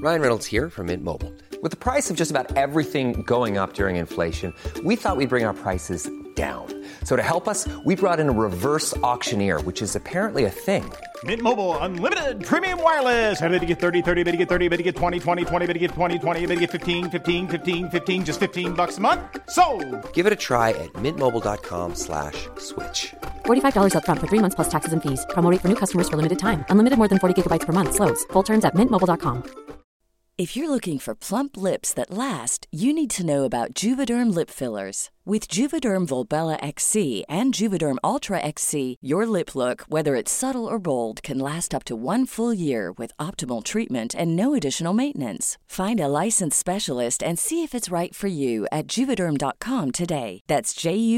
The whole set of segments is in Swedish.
Ryan Reynolds here from Mint Mobile. With the price of just about everything going up during inflation, we thought we'd bring our prices down. So to help us, we brought in a reverse auctioneer, which is apparently a thing. Mint Mobile Unlimited Premium Wireless. How to get 30, 30, bit to get 30, bit to get 20, 20, 20, bit to get 20, 20, bit to get 15, 15, 15, 15, just $15 a month? Sold! Give it a try at mintmobile.com/switch. $45 up front for 3 months plus taxes and fees. Promo rate for new customers for limited time. Unlimited more than 40 gigabytes per month. Slows full terms at mintmobile.com. If you're looking for plump lips that last, you need to know about Juvederm lip fillers. With Juvederm Volbella XC and Juvederm Ultra XC, your lip look, whether it's subtle or bold, can last up to 1 full year with optimal treatment and no additional maintenance. Find a licensed specialist and see if it's right for you at Juvederm.com today. That's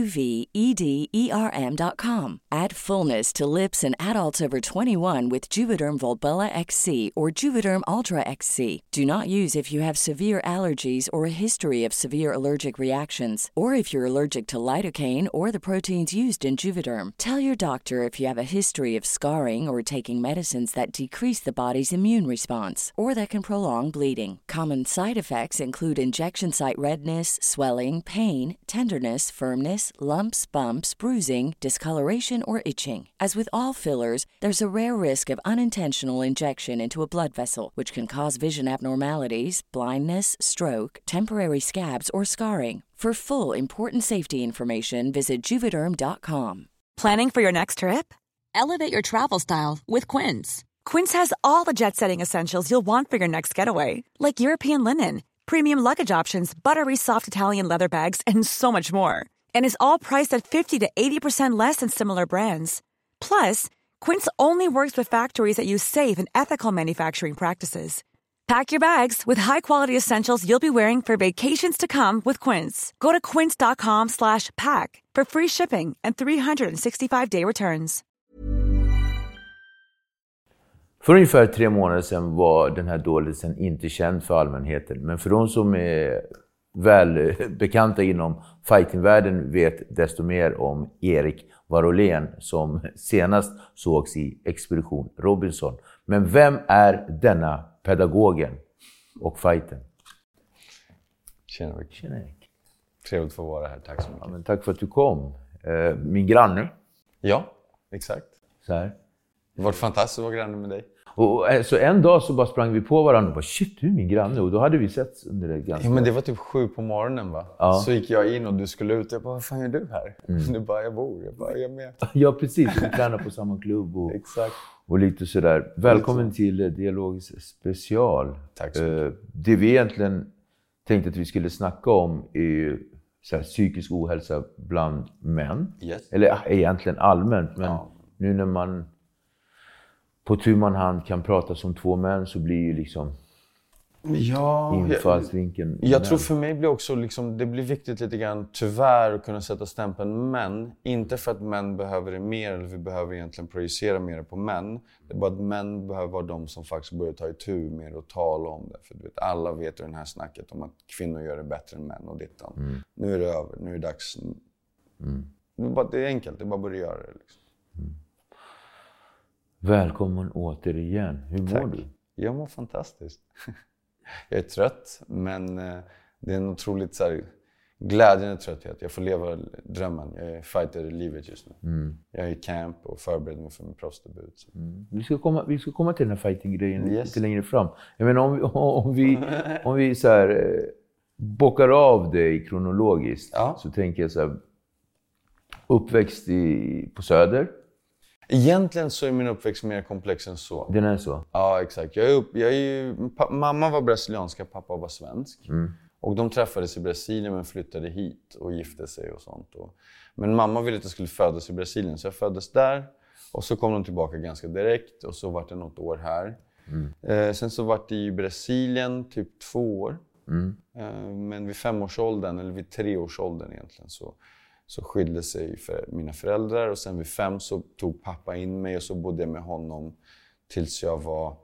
JUVEDERM.com. Add fullness to lips in adults over 21 with Juvederm Volbella XC or Juvederm Ultra XC. Do not use if you have severe allergies or a history of severe allergic reactions, or if you're allergic to lidocaine or the proteins used in Juvederm. Tell your doctor if you have a history of scarring or taking medicines that decrease the body's immune response or that can prolong bleeding. Common side effects include injection site redness, swelling, pain, tenderness, firmness, lumps, bumps, bruising, discoloration, or itching. As with all fillers, there's a rare risk of unintentional injection into a blood vessel, which can cause vision abnormalities, blindness, stroke, temporary scabs, or scarring. For full, important safety information, visit Juvederm.com. Planning for your next trip? Elevate your travel style with Quince. Quince has all the jet-setting essentials you'll want for your next getaway, like European linen, premium luggage options, buttery soft Italian leather bags, and so much more. And is all priced at 50 to 80% less than similar brands. Plus, Quince only works with factories that use safe and ethical manufacturing practices. Pack your bags with high-quality essentials you'll be wearing for vacations to come with Quince. Go to quince.com/pack for free shipping and 365-day returns. För ungefär 3 månader sedan var den här dåligheten inte känd för allmänheten. Men för de som är väl bekanta inom fightingvärlden vet desto mer om Erik Varolén som senast sågs i Expedition Robinson. Men vem är denna pedagogen och fighten? Tjena Erik. Tjena Erik. Trevligt att få vara här, tack så mycket. Ja, men tack för att du kom. Min granne. Ja, exakt. Så här. Det var fantastiskt att vara granne med dig. Och så en dag så bara sprang vi på varandra och bara shit, du är min granne. Och då hade vi sett under det ganska... Ja, men det var typ 7 på morgonen va? Ja. Så gick jag in och du skulle ut. Jag bara, vad fan gör du här? Du bara, jag bor. Jag bara, jag är med. Ja, precis. Vi tränar på samma klubb och, exakt. Och lite sådär. Välkommen till Dialogisk special. Tack så mycket. Det vi egentligen tänkte att vi skulle snacka om är så här, psykisk ohälsa bland män. Yes. Eller egentligen allmänt. Men nu när man på tu man hand kan prata som 2 män så blir ju liksom infallsvinkeln. Jag tror för mig blir också liksom, det blir viktigt lite grann tyvärr att kunna sätta stämpeln män. Inte för att män behöver det mer eller vi behöver egentligen projicera mer på män. Det är bara att män behöver vara de som faktiskt börjar ta itu med och tala om det. För du vet, alla vet ju den här snacket om att kvinnor gör det bättre än män och dittan. Nu är det över, nu är det dags. Det är enkelt, det är bara att börja göra det liksom. Välkommen återigen. Hur mår du? Jag mår fantastiskt. Jag är trött, men det är en otroligt så här, glädjen och trötthet. Jag får leva drömmen. Jag är fighter i livet just nu. Jag är i camp och förbereder mig för min proffsdebut. Vi ska komma till den här fighting-grejen lite längre fram. Jag menar, om vi så här, bockar av det kronologiskt så tänker jag så här, uppväxt på Söder. Egentligen så är min uppväxt mer komplex än så. Den är så? Ja, exakt. Mamma var brasilianska, pappa var svensk. Och de träffades i Brasilien men flyttade hit och gifte sig och sånt. Men mamma ville att jag skulle födas i Brasilien så jag föddes där. Och så kom de tillbaka ganska direkt och så var det något år här. Sen så var det i Brasilien typ 2 år. Men vid 5-årsåldern, eller vid 3-årsåldern egentligen så skilde sig mina föräldrar och sen vid 5 så tog pappa in mig och så bodde jag med honom tills jag var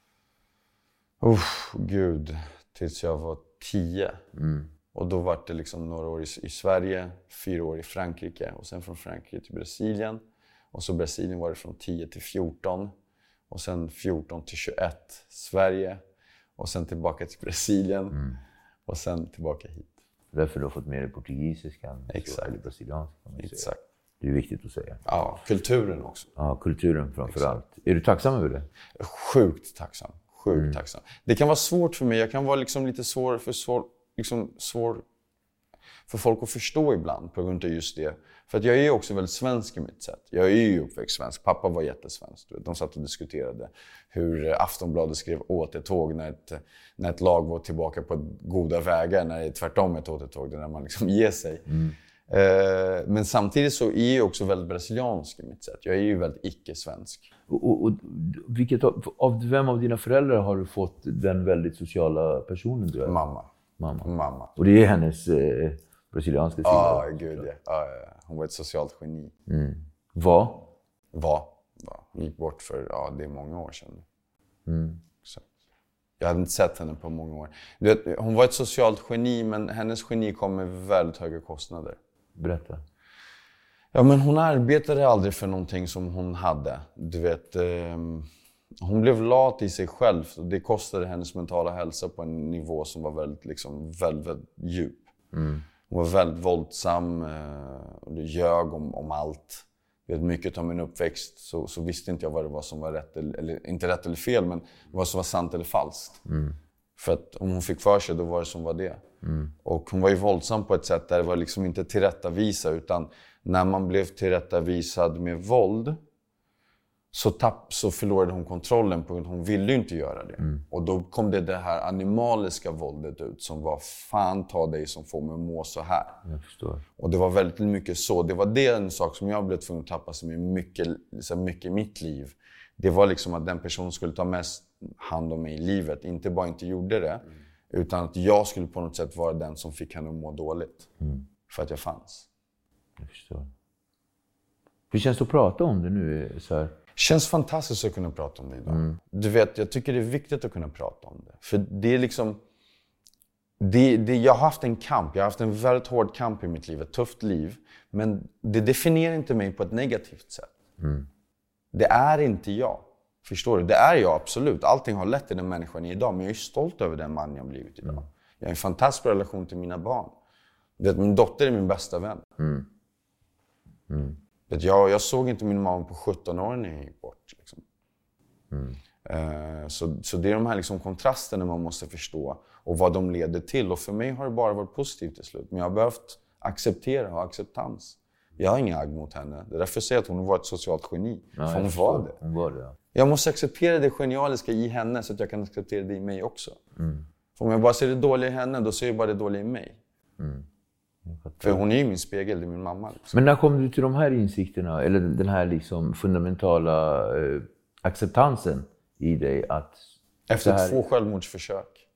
tills jag var 10. Och då var det liksom några år i Sverige, 4 år i Frankrike och sen från Frankrike till Brasilien. Och så Brasilien var det från 10 till 14 och sen 14 till 21 Sverige. Och sen tillbaka till Brasilien. Och sen tillbaka hit. Därför du har fått med dig portugisiskan. Exakt. Eller brasilianska. Exakt. Det är viktigt att säga. Ja, kulturen också. Ja, kulturen framförallt. Är du tacksam över det? Sjukt tacksam. Tacksam. Det kan vara svårt för mig. Jag kan vara liksom lite svår för folk att förstå ibland på grund av just det. För att jag är ju också väldigt svensk i mitt sätt. Jag är ju uppväxt svensk. Pappa var jättesvensk. De satt och diskuterade hur Aftonbladet skrev återtåg när ett lag var tillbaka på goda vägar. När det är tvärtom ett återtåg, när man liksom ger sig. Men samtidigt så är jag också väldigt brasiliansk i mitt sätt. Jag är ju väldigt icke-svensk. Och vem av dina föräldrar har du fått den väldigt sociala personen du är? Mamma. Och det är hennes brasilianska sida? Ja, gud ja. Hon var ett socialt geni. Var? Hon gick bort för, det är många år sedan. Så. Jag hade inte sett henne på många år. Du vet, hon var ett socialt geni, men hennes geni kom med väldigt höga kostnader. Berätta. Ja, men hon arbetade aldrig för någonting som hon hade. Du vet, hon blev lat i sig själv. Och det kostade hennes mentala hälsa på en nivå som var väldigt djup. Hon var väldigt våldsam och det ljög om allt. Vet, mycket av min uppväxt så visste inte jag vad det var som var rätt eller inte rätt eller fel, men vad som var sant eller falskt. För att om hon fick för sig, då var det som var det. Och hon var ju våldsam på ett sätt där det var liksom inte tillrättavisa, utan när man blev tillrättavisad med våld så förlorade hon kontrollen på att hon ville ju inte göra det. Och då kom det här animaliska våldet ut som var fan ta dig som får mig att må så här. Jag förstår. Och det var väldigt mycket så. Det var en sak som jag blev tvungen att tappa sig med mycket i mitt liv. Det var liksom att den personen skulle ta mest hand om mig i livet. Inte bara inte gjorde det, utan att jag skulle på något sätt vara den som fick henne att må dåligt. För att jag fanns. Jag förstår. Hur känns det att prata om det nu så här? Känns fantastiskt att kunna prata om det idag. Du vet, jag tycker det är viktigt att kunna prata om det. För det är liksom... jag har haft en kamp. Jag har haft en väldigt hård kamp i mitt liv. Ett tufft liv. Men det definierar inte mig på ett negativt sätt. Det är inte jag. Förstår du? Det är jag absolut. Allting har lett till den människan idag. Men jag är stolt över den man jag har blivit idag. Jag har en fantastisk relation till mina barn. Du vet, min dotter är min bästa vän. Jag såg inte min mamma på 17 år när jag gick bort. Liksom. Så det är de här liksom kontrasterna man måste förstå och vad de leder till. Och för mig har det bara varit positivt till slut. Men jag har behövt acceptera och acceptans. Jag har inga agg mot henne. Det är därför jag säger att hon var ett socialt geni. Ja, för hon var det. Hon var det, ja. Jag måste acceptera det genialiska i henne så att jag kan acceptera det i mig också. För om jag bara ser det dåliga i henne, då ser jag bara det dåliga i mig. För hon är ju min spegel, det är min mamma. Liksom. Men när kom du till de här insikterna, eller den här liksom fundamentala acceptansen i dig att... Efter 2 självmordsförsök.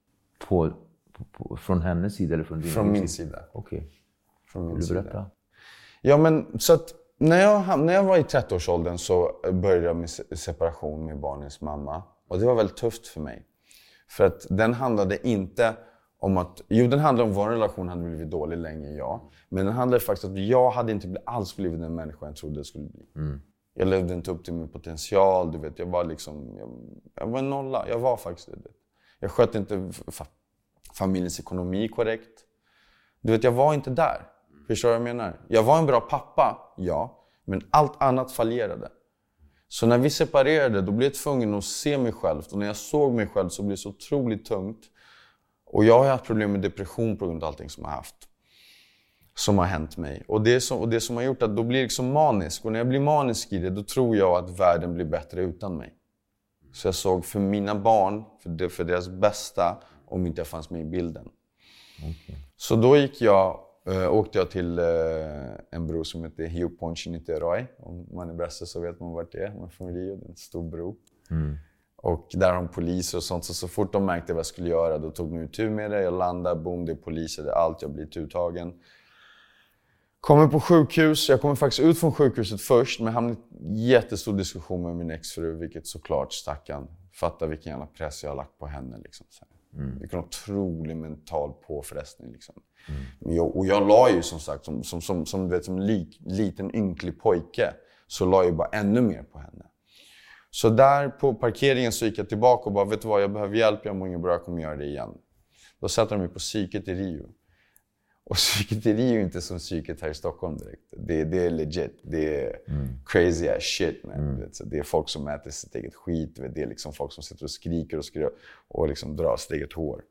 Från hennes sida eller från din? Från min sida. Okej. Från min Vill du sida. berätta? Ja, men så att när jag var i 30-årsåldern så började jag med separation med barnens mamma. Och det var väldigt tufft för mig. För att den handlade inte om att... Jo, den handlade om vår relation hade blivit dålig länge, ja. Men den handlade faktiskt om att jag hade inte alls blivit den människa jag trodde det skulle bli. Jag levde inte upp till min potential, du vet. Jag var liksom... Jag var en nolla. Jag var faktiskt det. Jag skötte inte familjens ekonomi korrekt. Du vet, jag var inte där. Förstår du vad jag menar? Jag var en bra pappa, ja. Men allt annat fallerade. Så när vi separerade, då blev jag tvungen att se mig själv. Och när jag såg mig själv så blev det så otroligt tungt. Och jag har haft problem med depression på grund av allting som jag har haft. Som har hänt mig. Och det som har gjort att då blir jag liksom manisk. Och när jag blir manisk i det, då tror jag att världen blir bättre utan mig. Så jag såg för mina barn, för deras bästa, om inte jag fanns med i bilden. Okay. Så då åkte jag till en bro som heter Rio Ponte Niterói. Om man är brasse så vet man vart det är. Man är från Rio, det är en stor bro. Och där har de poliser och sånt. Så fort de märkte vad jag skulle göra, då tog de ut tur med det. Jag landade, boom, det är poliser, det är allt. Jag blir uttagen. Kommer på sjukhus. Jag kommer faktiskt ut från sjukhuset först. Men hamnade i en jättestor diskussion med min exfru. Vilket såklart stackarn. Fatta vilken jävla press jag har lagt på henne. Liksom. Vilken otrolig mental påfrestning. Liksom. Och jag la ju som sagt, som liten ynklig pojke. Så la jag bara ännu mer på henne. Så där på parkeringen så gick jag tillbaka och bara, vet du vad, jag behöver hjälp, jag mår inget bra, jag kommer göra det igen. Då satte de mig på psyket i Rio. Och psyket i Rio är inte som psyket här i Stockholm direkt. Det är legit, det är crazy as shit, man. Så det är folk som äter sitt eget skit, det är liksom folk som sitter och skriker och liksom drar sitt eget hår.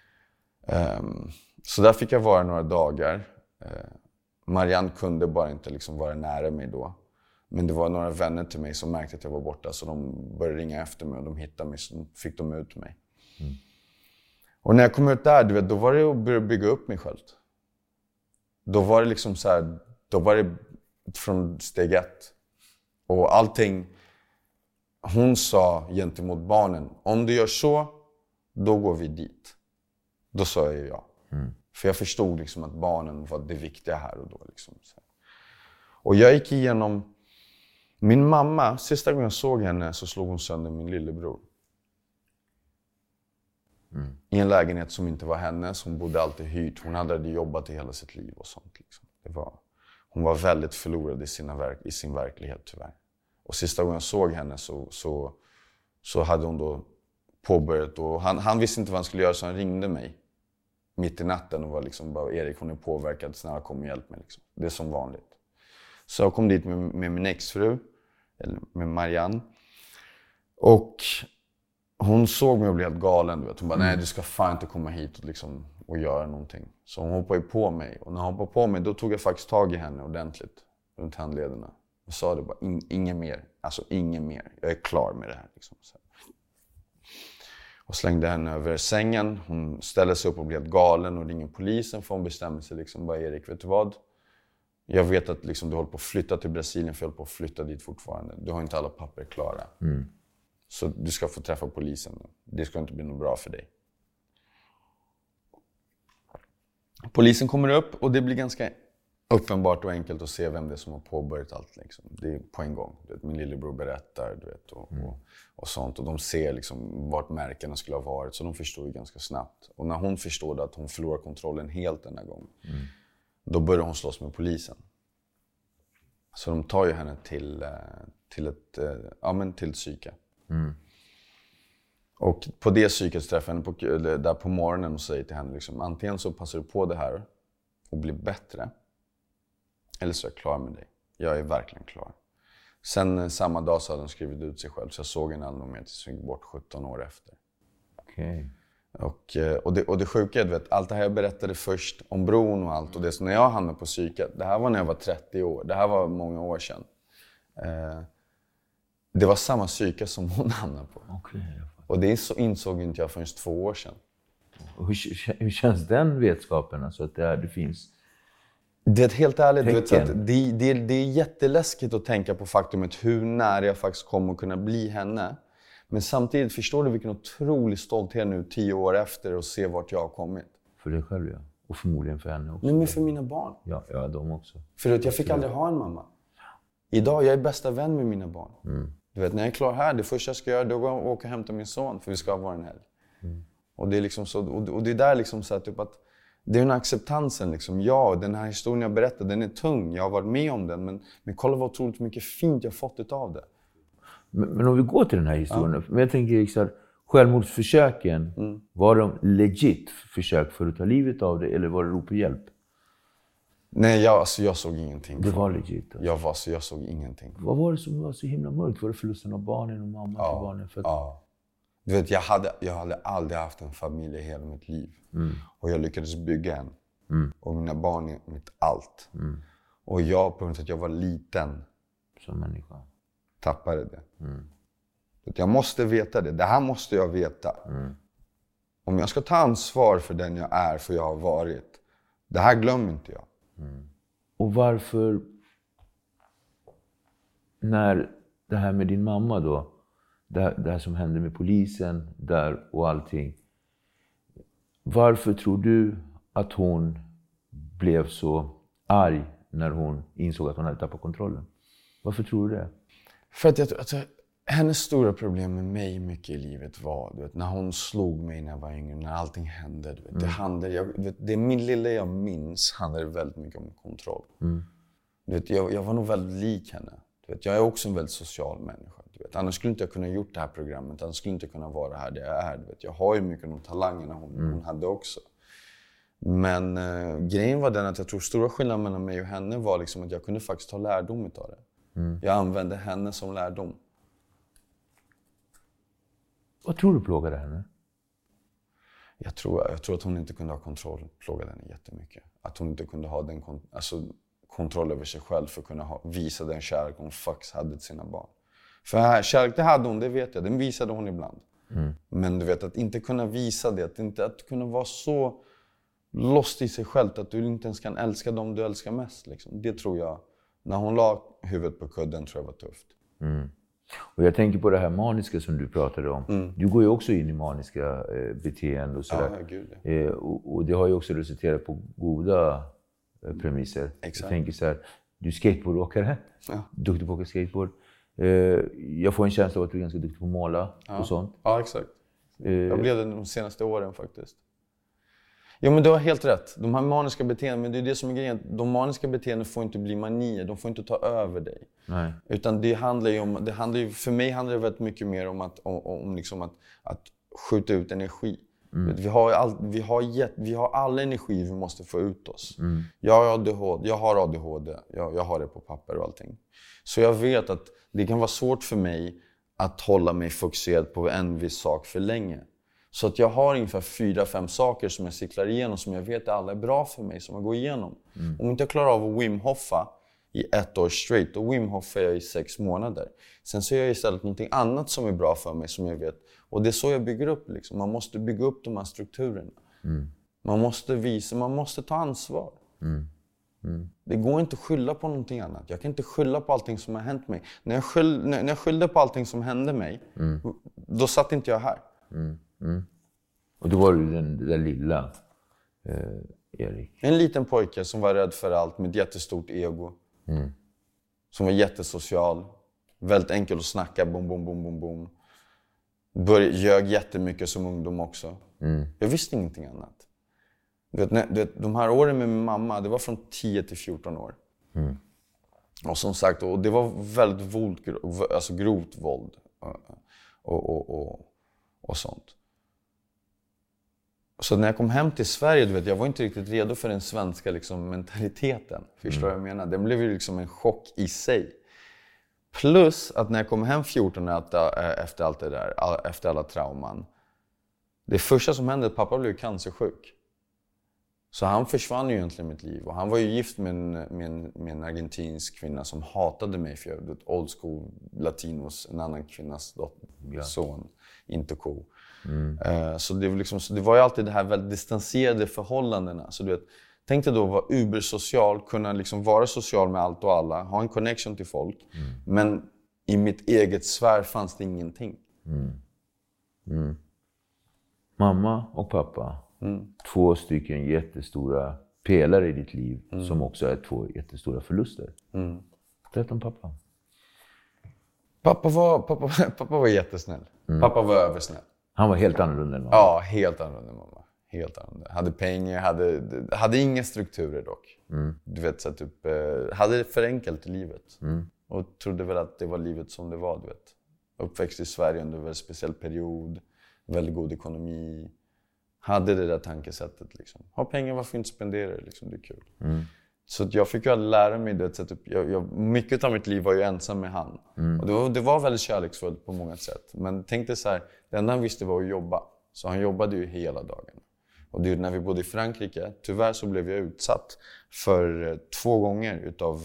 Så där fick jag vara några dagar. Marianne kunde bara inte liksom vara nära mig då. Men det var några vänner till mig som märkte att jag var borta, så de började ringa efter mig och de hittade mig, så fick de ut mig. Och när jag kom ut där, du vet, då var det att börja bygga upp mig själv. Då var det liksom så här, då var det från steg 1. Och allting hon sa gentemot barnen, om du gör så, då går vi dit. Då sa jag ja. För jag förstod liksom att barnen var det viktiga här och då. Liksom. Och jag gick igenom, min mamma, sista gången jag såg henne så slog hon sönder min lillebror. I en lägenhet som inte var hennes, hon bodde alltid hyrt. Hon hade jobbat i hela sitt liv och sånt. Liksom. Hon var väldigt förlorad i sin verklighet tyvärr. Och sista gången jag såg henne så hade hon då påbörjat. Och han visste inte vad han skulle göra, så han ringde mig mitt i natten och var liksom bara, Erik, hon är påverkad, snälla kom och hjälp mig. Liksom. Det är som vanligt. Så jag kom dit med min exfru, eller med Marianne. Och hon såg mig och blev helt galen. Du vet. Hon bara, nej du ska fan inte komma hit och göra någonting. Så hon hoppade på mig. Och när hon hoppade på mig, då tog jag faktiskt tag i henne ordentligt. Runt handlederna. Och sa det bara, inget mer. Alltså inget mer. Jag är klar med det här. Liksom. Så. Och slängde henne över sängen. Hon ställde sig upp och blev helt galen och ringde polisen. För hon bestämde sig liksom, bara Erik, vet du vad? Jag vet att liksom, du håller på att flytta till Brasilien, för jag håller på att flytta dit fortfarande. Du har inte alla papper klara. Så du ska få träffa polisen. Det ska inte bli något bra för dig. Polisen kommer upp och det blir ganska uppenbart och enkelt att se vem det är som har påbörjat allt. Liksom. Det är på en gång. Du vet, min lillebror berättar och sånt. Och de ser liksom vart märkena skulle ha varit. Så de förstår ju ganska snabbt. Och när hon förstod att hon förlorar kontrollen helt den här gången. Då börjar hon slåss med polisen. Så de tar ju henne till ett psyke. Och på det psyket träffar jag henne där på morgonen och säger till henne liksom, antingen så passar du på det här och blir bättre, eller så är jag klar med dig. Jag är verkligen klar. Sen samma dag så hade hon skrivit ut sig själv, så jag såg henne aldrig mer tills hon gick bort 17 år efter. Okej. Och det sjuka är, du vet, allt det här jag berättade först om bron och allt och det, så när jag hamnade på psyket, det här var när jag var 30 år, det här var många år sedan. Det var samma psyke som hon hamnade på. Okay. Och det insåg inte jag förrän 2 år sedan. Och hur känns den vetskapen? Alltså att det finns... Det är helt ärligt, du vet, så att det är jätteläskigt att tänka på faktumet hur nära jag faktiskt kommer att kunna bli henne. Men samtidigt förstår du vilken otrolig stolthet nu 10 år efter och se vart jag har kommit. För dig själv, ja. Och förmodligen för henne också. Nej, men för mina barn. Ja, de också. För att jag fick aldrig ha en mamma. Idag jag är bästa vän med mina barn. Du vet, när jag är klar här, det första jag ska göra är att åka och hämta min son. För vi ska ha vår helg. Och det är liksom så, och det är där liksom så typ att det är en acceptansen liksom. Ja, den här historien jag berättar, den är tung. Jag har varit med om den, men kolla vad otroligt mycket fint jag fått utav det. Men om vi går till den här historien. Men jag tänker liksom, självmordsförsöken, var de legit försök för att ta livet av det, eller var det rop på hjälp? Nej, jag såg ingenting. Det var legit? Alltså. Jag såg ingenting. Vad var det som var så himla mörkt? Var det förlusten av barnen och mamma till barnen? Ja. Du vet, jag hade aldrig haft en familj i hela mitt liv. Och jag lyckades bygga en. Och mina barn är mitt allt. Och jag, på grund av att jag var liten, som människa, tappade det. Jag måste veta det. Det här måste jag veta. Om jag ska ta ansvar för den jag är, för jag har varit. Det här glömmer inte jag. Och varför, när det här med din mamma då, det här som hände med polisen där och allting. Varför tror du att hon blev så arg när hon insåg att hon hade tappat kontrollen? Varför tror du det? För att jag tror att hennes stora problem med mig mycket i livet var, du vet, när hon slog mig när jag var yngre, när allting hände. Du vet, det min lilla jag minns handlade väldigt mycket om kontroll. Du vet, jag var nog väldigt lik henne. Du vet, jag är också en väldigt social människa. Du vet. Annars skulle inte jag kunna gjort det här programmet. Annars skulle inte kunna vara här där jag är. Du vet. Jag har ju mycket av de talangerna hon hade också. Men grejen var den att jag tror stora skillnaden mellan mig och henne var liksom att jag kunde faktiskt ta lärdom utav det. Jag använde henne som lärdom. Vad tror du plågade henne? Jag tror att hon inte kunde ha kontroll, plågade henne jättemycket. Att hon inte kunde ha den kontroll över sig själv för att kunna visa den kärlek hon faktiskt hade till sina barn. För kärlek, det hade hon, det vet jag. Den visade hon ibland. Men du vet, att inte kunna visa det, att kunna vara så lost i sig själv att du inte ens kan älska dem du älskar mest. Liksom. Det tror jag, när hon la huvudet på kudden, tror jag var tufft. Och jag tänker på det här maniska som du pratade om. Du går ju också in i maniska beteenden och sådär. Ja, gud. Och det har ju också resulterat på goda premisser. Exakt. Jag tänker så här, du är skateboardåkare, duktig på att åka skateboard. Jag får en känsla av att du är ganska duktig på att måla och sånt. Ja, exakt. Jag blev det de senaste åren faktiskt. Ja, men du har helt rätt. De här maniska beteenden, men det är det som är grejen. De maniska beteenden får inte bli manier, de får inte ta över dig. Nej. Utan det handlar ju om, för mig handlar det väldigt mycket mer om att skjuta ut energi. Vi har all energi vi måste få ut oss. Jag har ADHD, jag har det på papper och allting. Så jag vet att det kan vara svårt för mig att hålla mig fokuserad på en viss sak för länge. Så att jag har ungefär 4-5 saker som jag cyklar igenom som jag vet alla är bra för mig, som jag går igenom. Om inte jag klarar av att Wim Hofa i 1 år straight, då Wim Hofa jag i 6 månader. Sen så gör jag istället någonting annat som är bra för mig, som jag vet. Och det är så jag bygger upp. Liksom. Man måste bygga upp de här strukturerna. Man måste visa, man måste ta ansvar. Det går inte att skylla på någonting annat. Jag kan inte skylla på allting som har hänt mig. När jag skyllde på allting som hände mig, då satt inte jag här. Och då var du den där lilla Erik. En liten pojke som var rädd för allt med ett jättestort ego. Som var jättesocial. Väldigt enkel att snacka, bom. Ljög jättemycket som ungdom också. Jag visste ingenting annat. Du vet, de här åren med min mamma, det var från 10 till 14 år. Och som sagt, och det var väldigt grovt våld och sånt. Så när jag kom hem till Sverige, du vet, jag var inte riktigt redo för den svenska liksom, mentaliteten. Förstår vad jag menar? Den blev ju liksom en chock i sig. Plus att när jag kom hem 14 efter allt det där, efter alla trauman. Det första som hände, att pappa blev cancersjuk. Så han försvann ju egentligen i mitt liv. Och han var ju gift med en argentinsk kvinna som hatade mig för jag var old school latinos, en annan kvinnas son, inte cool. Så det var ju alltid det här väldigt distanserade förhållandena. Så du vet, tänk dig då att vara ubersocial, kunna liksom vara social med allt och alla, ha en connection till folk. Men i mitt eget sfär fanns det ingenting. Mamma och pappa, 2 stycken jättestora pelare i ditt liv som också är 2 jättestora förluster. Berätta om pappa. Pappa var jättesnäll. Pappa var översnäll. Han var helt annorlunda än mamma. Ja, helt annorlunda än mamma. Helt annorlunda. Hade pengar, hade inga strukturer dock. Du vet, så typ, hade det för enkelt i livet. Och trodde väl att det var livet som det var, du vet. Uppväxt i Sverige under en väldigt speciell period. Väldigt god ekonomi. Hade det där tankesättet liksom. Ha pengar, varför inte spendera det liksom, det är kul. Så att jag fick ju lära mig det. Så typ, mycket av mitt liv var ju ensam med han. Och det var väldigt kärleksfullt på många sätt. Men tänk dig så här, det enda han visste var att jobba. Så han jobbade ju hela dagen. Och det är när vi bodde i Frankrike, tyvärr så blev jag utsatt för 2 gånger utav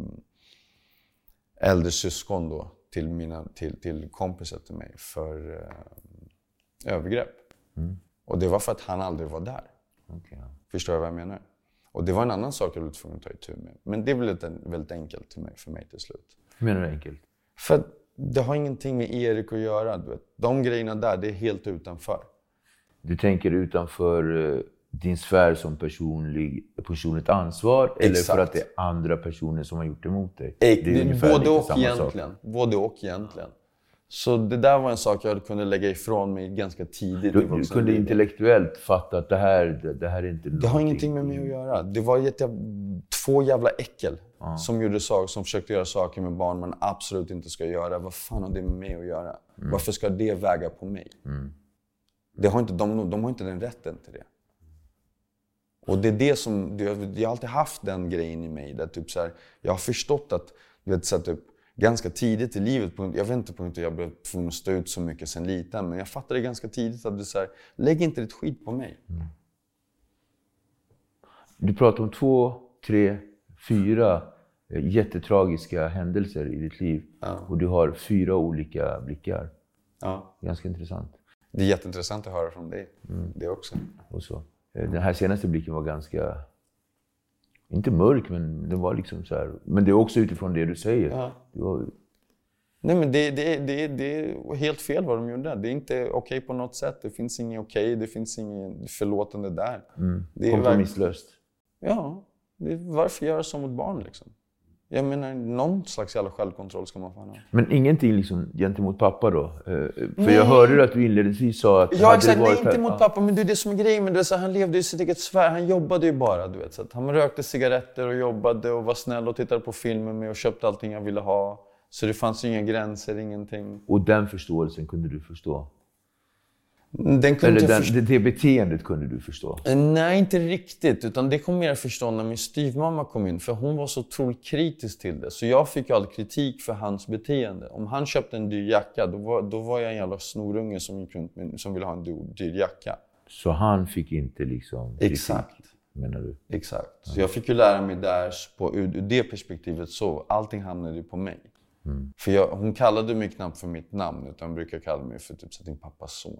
äldre syskon då till kompisar till mig för övergrepp. Och det var för att han aldrig var där. Okay. Förstår jag vad jag menar? Och det var en annan sak jag blev tvungen att ta itu med. Men det blev väldigt enkelt för mig till slut. Hur menar du enkelt? För det har ingenting med Erik att göra. Du vet. De grejerna där, det är helt utanför. Du tänker utanför din sfär som personligt ansvar? Exakt. Eller för att det är andra personer som har gjort emot dig? Både och egentligen. Så det där var en sak jag kunde lägga ifrån mig ganska tidigt. Du kunde intellektuellt fatta att det här är inte Det har ingenting med mig att göra. Det var två jävla äckel som gjorde saker, som försökte göra saker med barn man absolut inte ska göra. Vad fan har det med mig att göra? Varför ska det väga på mig? Det har inte, de har inte den rätten till det. Och det är det som, jag har alltid haft den grejen i mig. Där typ så här, jag har förstått att, du vet, så här, typ, ganska tidigt i livet, jag vet inte på hur jag blev tvungen att stå ut så mycket sen liten, men jag fattade ganska tidigt att det så här, lägg inte ditt skit på mig. Du pratar om 2, 3, 4 jättetragiska händelser i ditt liv. Och du har 4 olika blickar. Ganska intressant. Det är jätteintressant att höra från dig. Det också. Och så. Den här senaste blicken var ganska, inte mörk, men den var liksom så här. Men det är också utifrån det du säger. Nej, men det är helt fel vad de gjorde. Det är inte okej på något sätt. Det finns inget okej, det finns inget förlåtande där. Det är kompromisslöst. Ja, varför göra så mot barn liksom? Jag menar, någon slags jävla självkontroll ska man få ha. Men ingenting liksom gentemot pappa då? För jag hörde att du inledningsvis sa att... Ja, exakt. Nej, inte mot pappa, men det är det som är grejen. Men det är så, han levde i sitt eget sfär. Han jobbade ju bara, du vet. Så att han rökte cigaretter och jobbade och var snäll och tittade på filmer med och köpte allting jag ville ha. Så det fanns ju inga gränser, ingenting. Och den förståelsen kunde du förstå? Det beteendet kunde du förstå? Nej, inte riktigt. Utan det kom mer att förstå när min styvmamma kom in. För hon var så otroligt kritisk till det. Så jag fick ju all kritik för hans beteende. Om han köpte en dyr jacka, då var jag en jävla snorunge som gick runt med, som ville ha en dyr jacka. Så han fick inte liksom kritik, exakt, menar du? Exakt. Så jag fick ju lära mig där ur det perspektivet så. Allting hamnade på mig. För hon kallade mig knappt för mitt namn. Utan brukar kalla mig för typ så din pappas son.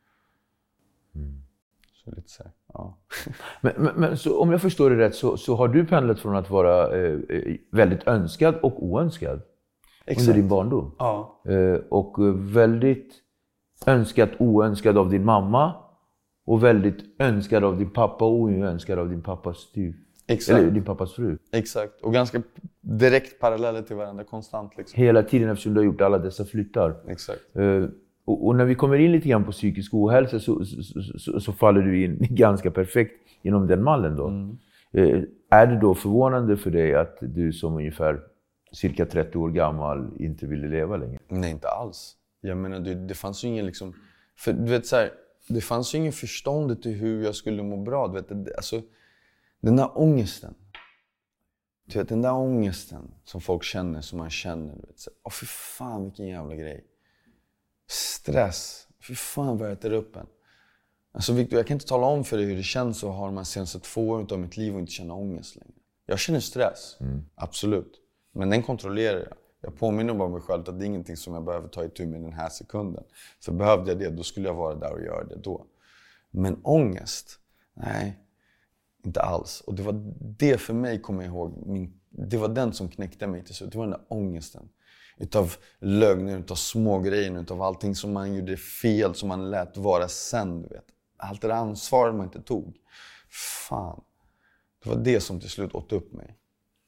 Så lite så här, ja. Men så, om jag förstår det rätt så har du pendlat från att vara väldigt önskad och oönskad. Exakt. Under din barndom. Ja. Och väldigt oönskad av din mamma och väldigt önskad av din pappa och oönskad av din pappas eller din pappas fru. Exakt. Och ganska direkt paralleller till varandra konstant liksom. Hela tiden eftersom du har gjort alla dessa flyttar. Exakt. Och när vi kommer in lite grann på psykisk ohälsa så faller du in ganska perfekt inom den mallen då. Är det då förvånande för dig att du som ungefär cirka 30 år gammal inte ville leva längre? Nej, inte alls. Jag menar, det fanns ju ingen liksom... För du vet så här, det fanns ju ingen förstånd till hur jag skulle må bra. Du vet, alltså, den där ångesten. Du vet, den där ångesten som folk känner, som man känner. Du vet, så, fy fan vilken jävla grej. Stress. Fy fan vad jag äter upp en. Alltså Victor, jag kan inte tala om för dig hur det känns att ha de här senaste 2 åren av mitt liv och inte känna ångest längre. Jag känner stress, absolut. Men den kontrollerar jag. Jag påminner bara mig själv att det är ingenting som jag behöver ta itu med den här sekunden. För behövde jag det, då skulle jag vara där och göra det då. Men ångest? Nej, inte alls. Och det var det för mig, kommer jag ihåg. Det var den som knäckte mig till slut. Det var den där ångesten. Utav lögner, utav smågrejer, utav allting som man gjorde fel, som man lät vara sen, du vet. Allt det ansvar man inte tog. Fan. Det var det som till slut åt upp mig.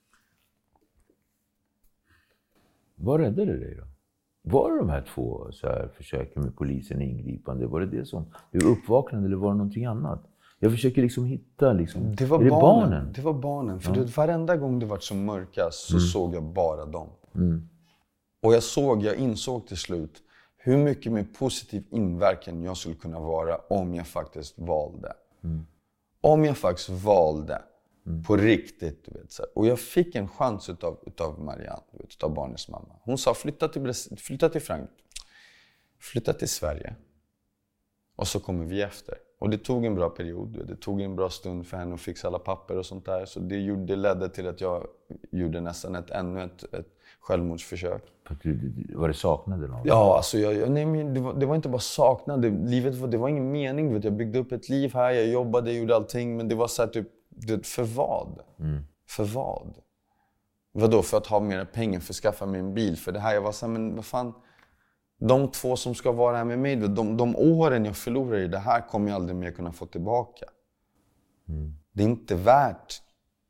Vad räddade dig då? Var det de här 2 så här, försöken med polisen ingripande? Var det som du uppvaknade eller var det någonting annat? Jag försöker liksom hitta liksom... Det var barnen. Det var barnen. För varenda gång det var som mörkast så såg jag bara dem. Och jag insåg till slut hur mycket mer positiv inverkan jag skulle kunna vara om jag faktiskt valde. Om jag faktiskt valde på riktigt, du vet. Så. Och jag fick en chans utav Marianne, du vet, utav barnens mamma. Hon sa flytta till Frankrike, flytta till Sverige och så kommer vi efter. Och det tog en bra period, det tog en bra stund för henne att fixa alla papper och sånt där. Så det ledde till att jag gjorde nästan ännu ett självmordsförsök. Var det saknade någon? Ja, alltså det var inte bara saknade. Livet det var ingen mening. Vet. Jag byggde upp ett liv här, jag jobbade, gjorde allting. Men det var så här typ, för vad? För vad? Vadå? För att ha mer pengar, för att skaffa mig en bil. För det här, jag var så här, men vad fan... De 2 som ska vara här med mig, de åren jag förlorar i det här kommer jag aldrig mer kunna få tillbaka. Det är inte värt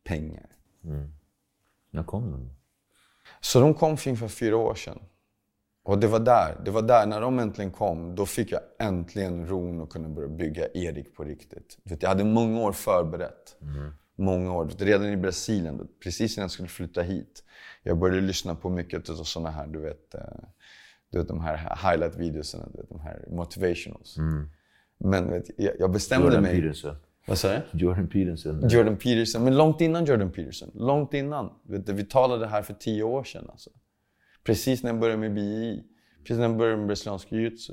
pengar. När kom de? Så de kom för ungefär 4 år sedan. Och det var där när de äntligen kom, då fick jag äntligen ron och kunna börja bygga Erik på riktigt. Jag hade många år förberett. Många år. Redan i Brasilien, precis innan jag skulle flytta hit. Jag började lyssna på mycket av sådana här, du vet de här highlight-videorna, de här motivationals. Men jag bestämde mig... Peterson. Vad sa jag? Jordan Peterson. Men långt innan Jordan Peterson. Långt innan. Vi talade här för 10 år sedan. Alltså. Precis när jag började med BJJ. Precis när jag började med brasiliansk jiu-jitsu.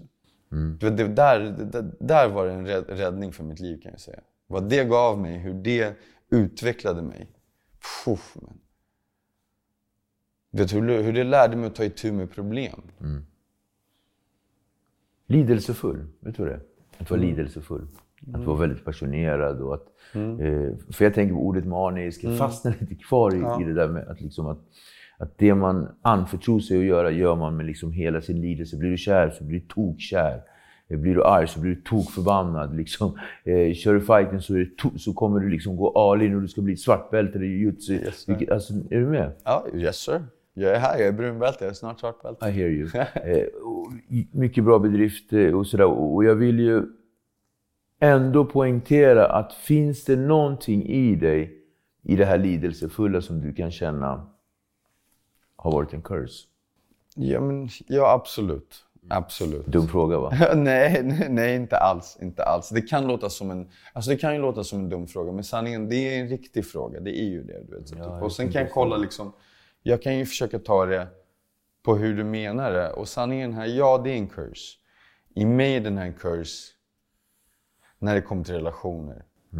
Där var det en räddning för mitt liv, kan jag säga. Vad det gav mig, hur det utvecklade mig. Man. Vet du hur det lärde mig att ta itu med problem? Lidelsefull, vet du det? Att vara lidelsefull. Att vara väldigt passionerad och att... för jag tänker på ordet manisk. Jag fastnar lite kvar i det där med att liksom att det man anförtror sig att göra, gör man med liksom hela sin lidelse. Blir du kär så blir du tokkär. Blir du arg så blir du tokförbannad. Liksom. Kör du fighten så kommer du liksom gå all in och du ska bli svartbälte eller jiu-jitsu. Yes, alltså, är du med? Ja, yes sir. Jag är här, jag är brunbälte, jag är snart svartbälte. I hear you. Mycket bra bedrift och sådär. Och jag vill ju ändå poängtera att finns det någonting i dig, i det här lidelsefulla som du kan känna har varit en curse? Ja, absolut. Absolut. Dum fråga, va? nej, inte alls. Det kan låta som en dum fråga, men sanningen, det är en riktig fråga. Det är ju det, du vet. Ja, och sen kan jag kolla liksom, jag kan ju försöka ta det på hur du menar det. Och sanningen här, ja, det är en curse. I mig är den här en curse när det kommer till relationer.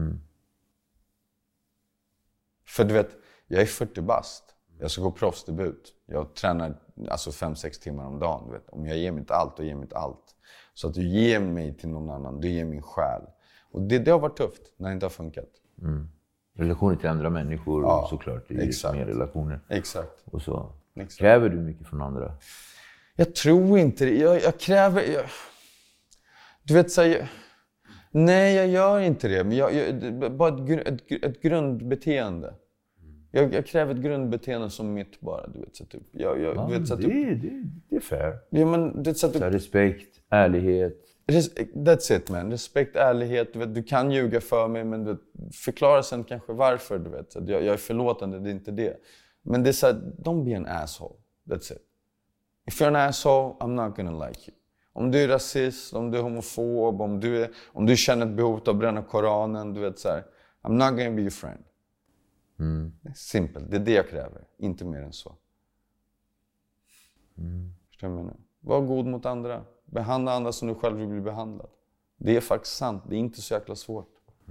För du vet, jag är 40 bast. Jag ska gå proffsdebut. Jag tränar alltså 5-6 timmar om dagen. Du vet. Om jag ger mitt allt, och ger mitt allt. Så att du ger mig till någon annan, du ger min själ. Och det har varit tufft när det inte har funkat. Relationer till andra människor, ja, såklart. Det är exakt. Mer relationer. Exakt. Och så. Exakt. Kräver du mycket från andra? Jag tror inte det. Jag kräver... du vet, så här, nej, jag gör inte det. Men bara ett grundbeteende. Jag kräver ett grundbeteende som mitt bara, du vet, så typ. Det är fair. Ja, men det så typ, respekt, ärlighet. That's it, man. Respekt, ärlighet, du vet, du kan ljuga för mig, men du förklarar sen kanske varför, du vet. Så jag är förlåtande, det är inte det. Men det är så här, don't be an asshole. That's it. If you're an asshole, I'm not gonna like you. Om du är rasist, om du är homofob, om du känner ett behov av att bränna Koranen, du vet så här, I'm not gonna be your friend. Simpelt, det är det jag kräver, inte mer än så. Förstår du vad jag menar? Var god mot andra, behandla andra som du själv vill bli behandlad. Det är faktiskt sant, det är inte så jäkla svårt.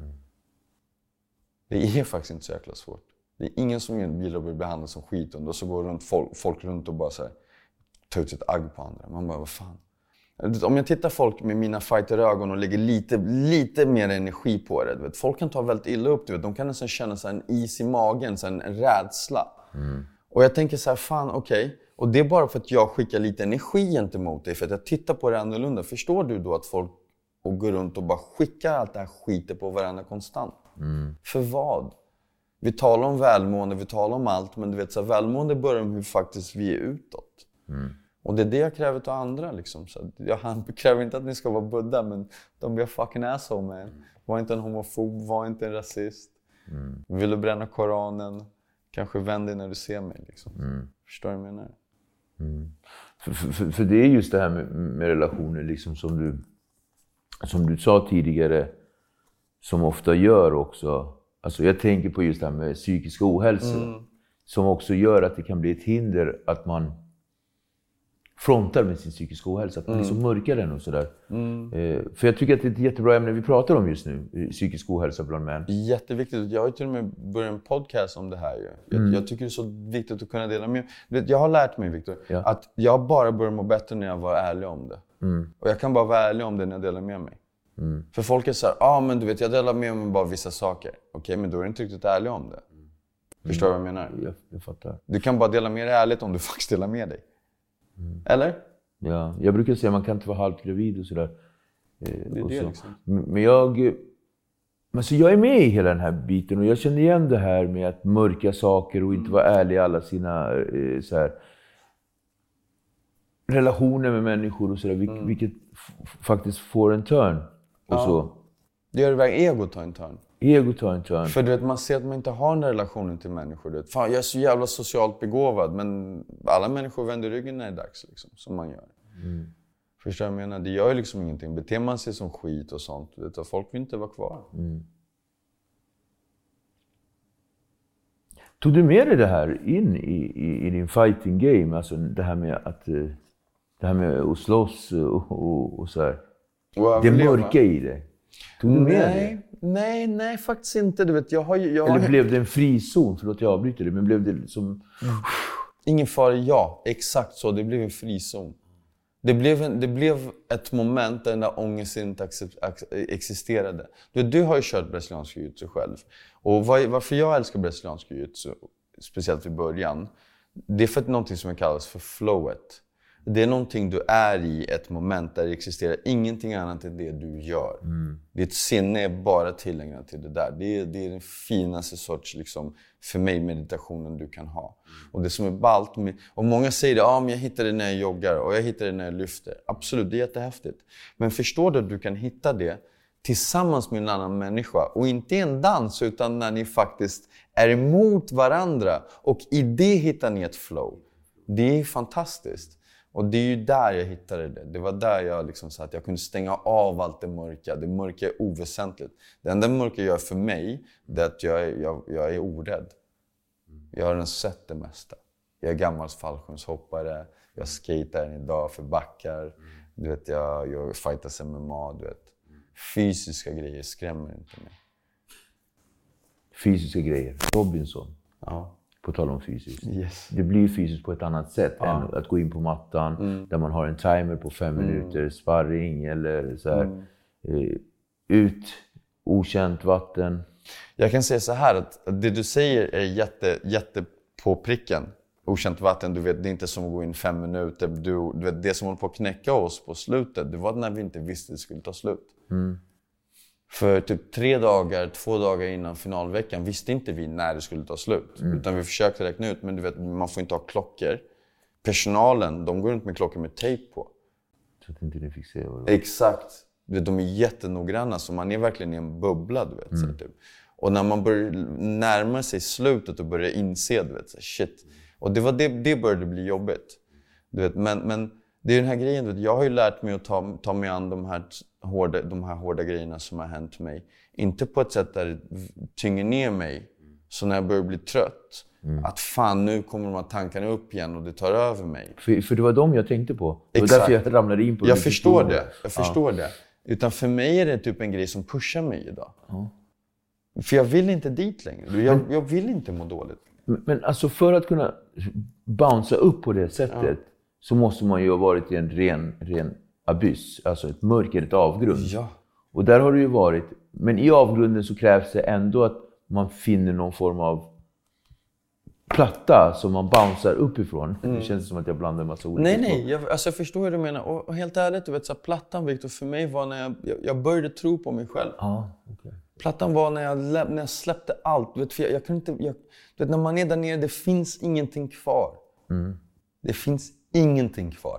Det är faktiskt inte så jäkla svårt. Det är ingen som gillar att bli behandlad som skit och så går folk runt och bara så här, tar ut sitt agg på andra. Man bara, vad fan? Om jag tittar folk med mina fighterögon och lägger lite mer energi på det, du vet, folk kan ta väldigt illa upp, du vet. De kan nästan känna så en is i magen, så en rädsla. Och jag tänker så här, fan, okej. Och det är bara för att jag skickar lite energi gentemot dig, för att jag tittar på det annorlunda. Förstår du då att folk går runt och bara skickar allt det här skiter på varandra konstant? För vad? Vi talar om välmående, vi talar om allt, men du vet, så här, välmående börjar med hur faktiskt vi är utåt. Och det är det jag kräver av andra liksom. Så jag kräver inte att ni ska vara Buddha, men de blir fucking asshole, man. Var inte en homofob, var inte en rasist. Vill du bränna Koranen, kanske vänd dig när du ser mig liksom. Förstår du vad jag menar? För det är just det här med relationer liksom, som du sa tidigare, som ofta gör också. Alltså jag tänker på just det här med psykisk ohälsa. Som också gör att det kan bli ett hinder att man frontar med sin psykiska ohälsa, att man liksom mörkar den och sådär. För jag tycker att det är ett jättebra ämne vi pratar om just nu, psykisk ohälsa bland män. Jätteviktigt. Jag har ju till och med börjat en podcast om det här ju. Jag tycker det är så viktigt att kunna dela med. Jag har lärt mig, Victor, att jag bara börjar må bättre när jag var ärlig om det. Och jag kan bara vara ärlig om det när jag delar med mig. För folk är så här, men du vet, jag delar med mig bara vissa saker. Okej, men då är du inte riktigt ärlig om det. Förstår du vad jag menar? Jag fattar. Du kan bara dela med dig ärligt om du faktiskt delar med dig. Eller? Ja, jag brukar säga att man kan inte vara halvt gravid och sådär. Det är det liksom. Men jag är med i hela den här biten och jag känner igen det här med att mörka saker och inte vara ärlig i alla sina så här. relationer med människor och sådär, vilket faktiskt får en turn och så. Det gör det verkligen. Ego tar en turn. Ego tar en turn. För du vet, man ser att man inte har den relationen till människor. Du vet, fan, jag är så jävla socialt begåvad, men alla människor vänder ryggen när det är dags, liksom, som man gör. Förstår jag menar? Det gör ju liksom ingenting. Beter man sig som skit och sånt, du vet, och folk vill inte vara kvar. Tog du med dig det här in i din fighting game? Alltså det här med att slåss och så här. Det mörka i det. Tog du med det? Nej, faktiskt inte. Du vet, Eller blev det en frizon? Förlåt, jag avbryter det. Men blev det som... Ingen fara, ja. Exakt så. Det blev en frizon. Det blev ett moment där den där ångesten inte existerade. Du har ju kört brasiliansk jiu-jitsu själv. Och varför jag älskar brasiliansk jiu-jitsu, speciellt i början, det är för att någonting som kallas för flowet. Det är någonting du är i ett moment där det existerar ingenting annat än det du gör. Ditt sinne är bara tillägnat till det där. Det är den finaste sorts, liksom, för mig, meditationen du kan ha. Och det som är ballt, och många säger det, men jag hittar det när jag joggar och jag hittar det när jag lyfter. Absolut, det är jättehäftigt. Men förstår du att du kan hitta det tillsammans med en annan människa, och inte i en dans, utan när ni faktiskt är emot varandra och i det hittar ni ett flow. Det är fantastiskt. Och det är ju där jag hittade det. Det var där jag liksom sa att jag kunde stänga av allt det mörka. Det mörka är oväsentligt. Det enda mörka gör för mig, det är att jag är orädd. Jag har redan sett det mesta. Jag är gammal fallskärmshoppare. Jag skater än idag för backar. Du vet, jag fightas MMA, du vet. Fysiska grejer skrämmer inte mig. Fysiska grejer. Robinson. Ja. På tal om fysiskt. Yes. Det blir fysiskt på ett annat sätt än att gå in på mattan där man har en timer på 5 minuter, sparring eller så här. Ut, okänt vatten. Jag kan säga så här att det du säger är jätte på pricken. Okänt vatten, du vet, det är inte som att gå in 5 minuter. Du vet, det som håller på att knäcka oss på slutet, det var när vi inte visste att det skulle ta slut. För typ 2 dagar innan finalveckan visste inte vi när det skulle ta slut. Utan vi försökte räkna ut, men du vet, man får inte ha klockor. Personalen, de går runt med klockor med tejp på. Så att inte ni fick se vad det var. Exakt. Du vet, de är jättenoggranna, så man är verkligen i en bubbla, du vet. Så typ. Och när man börjar närma sig slutet och börjar inse, du vet, så shit. Och det började bli jobbigt. Du vet, men det är den här grejen, du vet, jag har ju lärt mig att ta mig an de här hårda grejerna som har hänt mig. Inte på ett sätt där det tynger ner mig. Så när jag börjar bli trött, att fan, nu kommer de här tankarna upp igen och det tar över mig. För det var dem jag tänkte på. Det var Exakt. därför jag ramlade in på det. Jag förstår det. Utan för mig är det typ en grej som pushar mig idag. För jag vill inte dit längre. Jag vill inte må dåligt. Men alltså, för att kunna bouncea upp på det sättet så måste man ju ha varit i en ren abyss. Alltså ett mörker, ett avgrund. Ja. Och där har det ju varit. Men i avgrunden så krävs det ändå att man finner någon form av platta som man bouncear uppifrån. Det känns som att jag blandar en massa olika. Nej. Jag förstår hur du menar. Och helt ärligt, du vet, så här, plattan, Victor, för mig var när jag började tro på mig själv. Okay. Plattan var när jag släppte allt. Du vet, för jag kunde inte, du vet, när man är där nere, det finns ingenting kvar. Det finns ingenting kvar.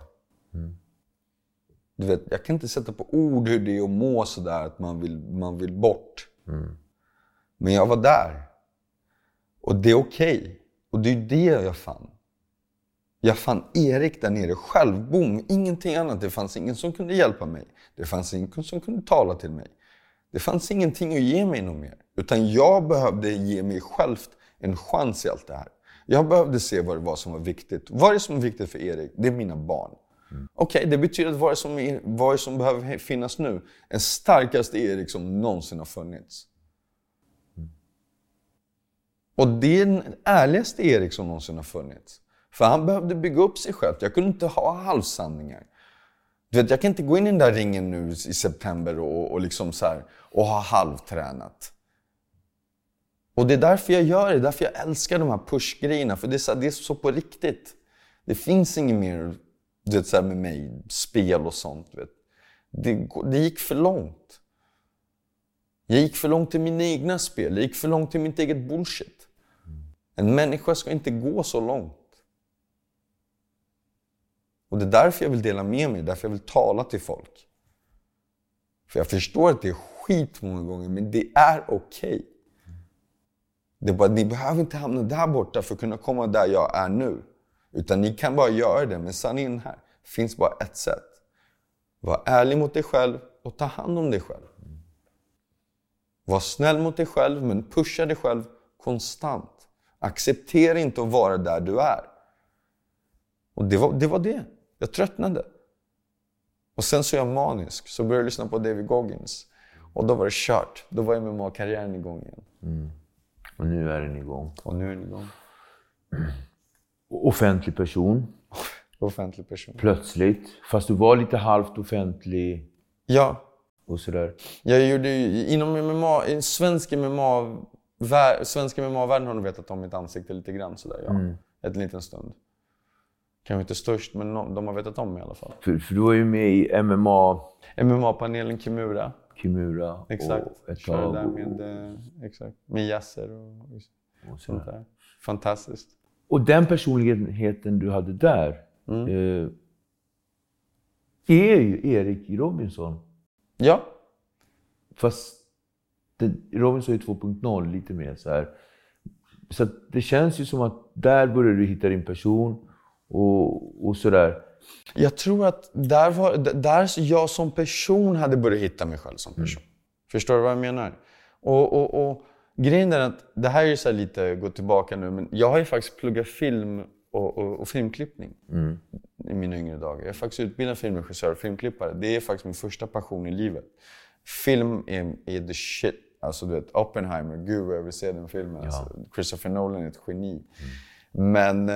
Du vet, jag kan inte sätta på ord hur det är att må sådär, att man vill bort. Men jag var där. Och det är okej. Och det är det jag fann. Jag fann Erik där nere själv. Boom, ingenting annat. Det fanns ingen som kunde hjälpa mig. Det fanns ingen som kunde tala till mig. Det fanns ingenting att ge mig något mer. Utan jag behövde ge mig själv en chans i allt det här. Jag behövde se vad det var som var viktigt. Vad är det som är viktigt för Erik? Det är mina barn. Okej, det betyder att vad är som behöver finnas nu? En starkaste Erik som någonsin har funnits. Och det är den ärligaste Erik som någonsin har funnits. För han behövde bygga upp sig själv. Jag kunde inte ha halvsanningar. Du vet, jag kan inte gå in i den där ringen nu i september och liksom så här, och ha halvtränat. Och det är därför jag gör det. Därför jag älskar de här pushgrejerna. För det är så på riktigt. Det finns inget mer, du vet, så här med mig, spel och sånt. Du vet. Det gick för långt. Jag gick för långt till mina egna spel. Jag gick för långt till mitt eget bullshit. En människa ska inte gå så långt. Och det är därför jag vill dela med mig, därför jag vill tala till folk. För jag förstår att det är skit många gånger, men det är okej. Det är bara, ni behöver inte hamna där borta för att kunna komma där jag är nu. Utan ni kan bara göra det, men sanningen här finns bara ett sätt. Var ärlig mot dig själv och ta hand om dig själv. Var snäll mot dig själv, men pusha dig själv konstant. Acceptera inte att vara där du är. Och det var det. Jag tröttnade. Och sen så är jag manisk. Så började jag lyssna på David Goggins. Och då var det kört. Då var MMA-karriären igång igen. Och nu är den igång. Offentlig person. Offentlig person. Plötsligt. Fast du var lite halvt offentlig. Ja. Och sådär. Jag gjorde ju, inom MMA, i svenska MMA-världen har de vetat om mitt ansikte lite grann sådär. Ja. En liten stund. Kanske inte störst, men de har vetat om mig i alla fall. För du var ju med i MMA-panelen Kimura. Exakt. Och ett Körde tag. där med Yasser och sånt där. Fantastiskt. Och den personligheten du hade där är ju Erik Robinson. Ja. Fast Robinson är 2.0 lite mer så här. Så att det känns ju som att där började du hitta din person och sådär. Jag tror att där jag som person hade börjat hitta mig själv som person. Förstår du vad jag menar? Och grejen är att det här är så här lite gå tillbaka nu, men jag har ju faktiskt pluggat film och filmklippning i mina yngre dagar. Jag är faktiskt utbildad filmregissör och filmklippare. Det är faktiskt min första passion i livet. Film är the shit. Alltså du vet, Oppenheimer, gud jag vill se den filmen. Ja. Alltså, Christopher Nolan är ett geni. Men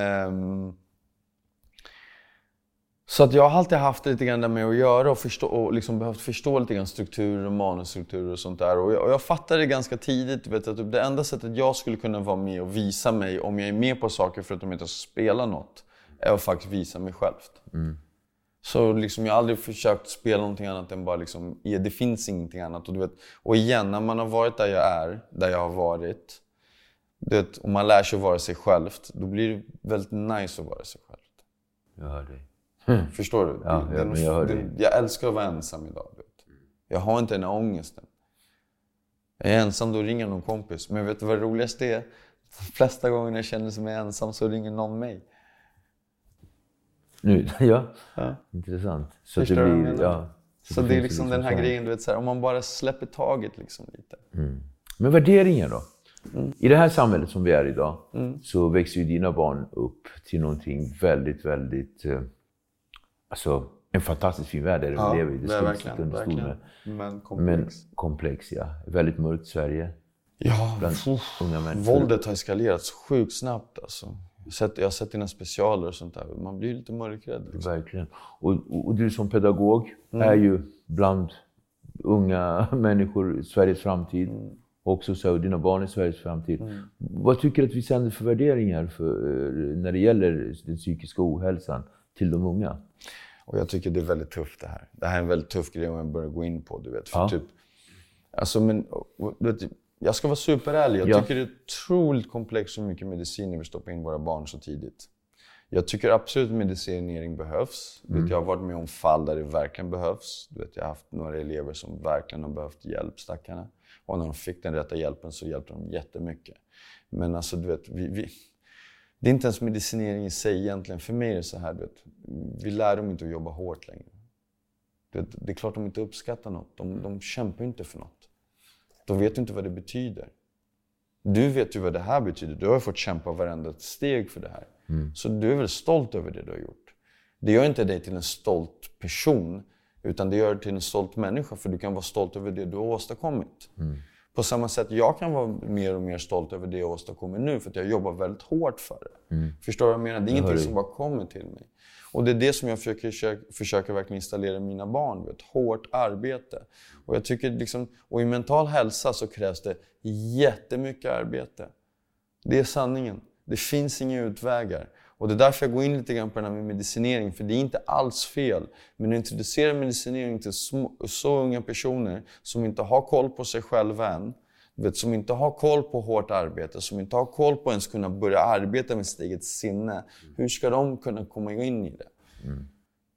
så att jag har alltid haft lite grann där med att göra och liksom behövt förstå lite grann strukturer och manusstrukturer och sånt där. Och jag fattade det ganska tidigt, vet, att det enda sättet jag skulle kunna vara med och visa mig om jag är med på saker för att de inte ska spela något är att faktiskt visa mig självt. Så liksom jag har aldrig försökt spela någonting annat än bara liksom, det finns ingenting annat. Och, du vet, och igen, när man har varit där jag är, där jag har varit, du vet, och man lär sig att vara sig självt, då blir det väldigt nice att vara sig själv. Jag hör dig. Förstår du? Ja, jag älskar att vara ensam idag. Vet. Jag har inte den här ångesten. Jag är ensam, då ringer någon kompis. Men vet du vad det roligaste är? De flesta gånger när jag känner mig ensam så ringer någon mig. Nu, ja. Intressant. Så Förstår det du blir, så det är liksom den här grejen, du vet, så här, om man bara släpper taget liksom lite. Men värderingar då? I det här samhället som vi är idag så växer ju dina barn upp till någonting väldigt, väldigt... Alltså, en fantastisk fin värld är det vi lever i. Det är verkligen. Men komplex, ja. Väldigt mörkt Sverige. Ja, bland unga människor. Våldet har eskalerat sjukt snabbt alltså. Jag har sett dina specialer och sånt där. Man blir lite mörkrädd. Liksom. Verkligen. Och du som pedagog är ju bland unga människor Sveriges framtid. Också så dina barn är Sveriges framtid. Vad tycker du att vi sänder för värderingar när det gäller den psykiska ohälsan till de unga? Och jag tycker det är väldigt tufft det här. Det här är en väldigt tuff grej om jag börjar gå in på, du vet. För typ, alltså, men, du vet, jag ska vara superärlig. Jag tycker det är otroligt komplext så mycket mediciner vi stoppar in våra barn så tidigt. Jag tycker absolut medicinering behövs. Du vet, jag har varit med om fall där det verkligen behövs. Du vet, jag har haft några elever som verkligen har behövt hjälp, stackarna. Och när de fick den rätta hjälpen så hjälpte de jättemycket. Men alltså, du vet, det är inte ens medicinering i sig egentligen. För mig är det så här, du vet, vi lär dem inte att jobba hårt längre. Du vet, det är klart de inte uppskattar något. De kämpar inte för något. De vet inte vad det betyder. Du vet ju vad det här betyder. Du har fått kämpa varenda steg för det här. Så du är väl stolt över det du har gjort. Det gör inte dig till en stolt person. Utan det gör dig till en stolt människa. För du kan vara stolt över det du har åstadkommit. På samma sätt, jag kan vara mer och mer stolt över det jag åstadkommer nu. För att jag jobbar väldigt hårt för det. Förstår du vad jag menar? Det är ingenting som bara kommer till mig. Och det är det som jag försöker verkligen installera i mina barn. Vet, hårt arbete. Och jag tycker liksom, och i mental hälsa så krävs det jättemycket arbete. Det är sanningen. Det finns inga utvägar. Och det är därför jag går in lite grann på den här med medicinering. För det är inte alls fel. Men att introducera medicinering till så unga personer som inte har koll på sig själva än. Vet, som inte har koll på hårt arbete. Som inte har koll på ens kunna börja arbeta med sitt eget sinne. Hur ska de kunna komma in i det?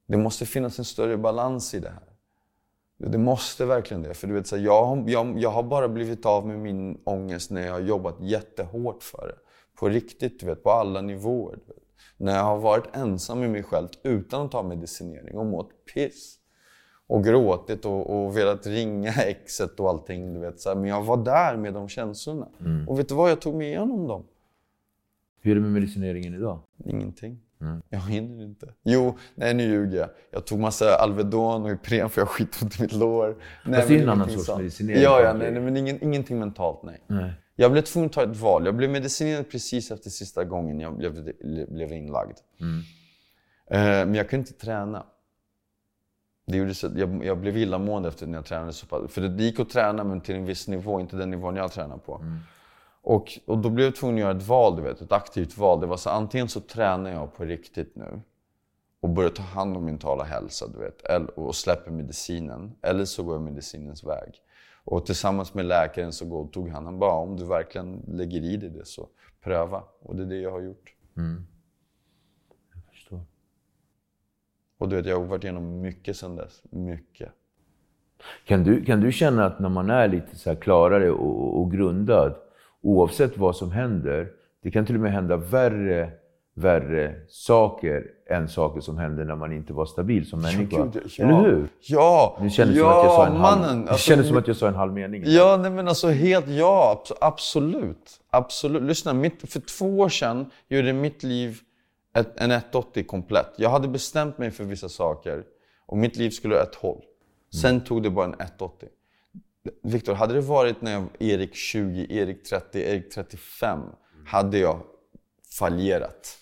Det måste finnas en större balans i det här. Det måste verkligen det. För du vet, så jag har bara blivit av med min ångest när jag har jobbat jättehårt för det. På riktigt, du vet, på alla nivåer. Du vet. När jag har varit ensam med mig själv utan att ta medicinering och mått piss. Och gråtit och velat ringa exet och allting, du vet. Så här. Men jag var där med de känslorna. Och vet du vad, jag tog mig igenom dem. Hur är det med medicineringen idag? Ingenting. Jag hinner inte. Jo, nej nu ljuger jag. Jag tog massa Alvedon och Ipren för jag har skitont i mitt lår. Fast det är en annan sorts medicinering. Ja, nej, men ingenting mentalt, nej. Jag blev tvungen att ta ett val. Jag blev medicinerad precis efter sista gången jag blev inlagd. Men jag kunde inte träna. Det gjorde så att jag blev illamående efter när jag tränade så pass. För det gick att träna men till en viss nivå, inte den nivån jag tränar på. Och då blev jag tvungen att göra ett val, du vet, ett aktivt val. Det var så antingen så tränar jag på riktigt nu och börjar ta hand om min mentala hälsa, du vet, och släpper medicinen. Eller så går jag medicinens väg. Och tillsammans med läkaren så tog han bara, om du verkligen lägger i dig det så pröva. Och det är det jag har gjort. Jag förstår. Och du vet, jag har varit igenom mycket sedan dess. Mycket. Kan du känna att när man är lite så här klarare och grundad, oavsett vad som händer, det kan till och med hända värre saker än saker som hände när man inte var stabil som människa. Ja. Eller hur? Ja! Det kändes som att jag sa det kändes som att jag sa en halv mening. Ja, nej, men alltså helt ja. Absolut. Absolut. Lyssna, för 2 år sedan gjorde mitt liv en 180 komplett. Jag hade bestämt mig för vissa saker och mitt liv skulle ett håll. Sen tog det bara en 180. Victor, hade det varit när jag Erik 20, Erik 30, Erik 35 hade jag fallerat.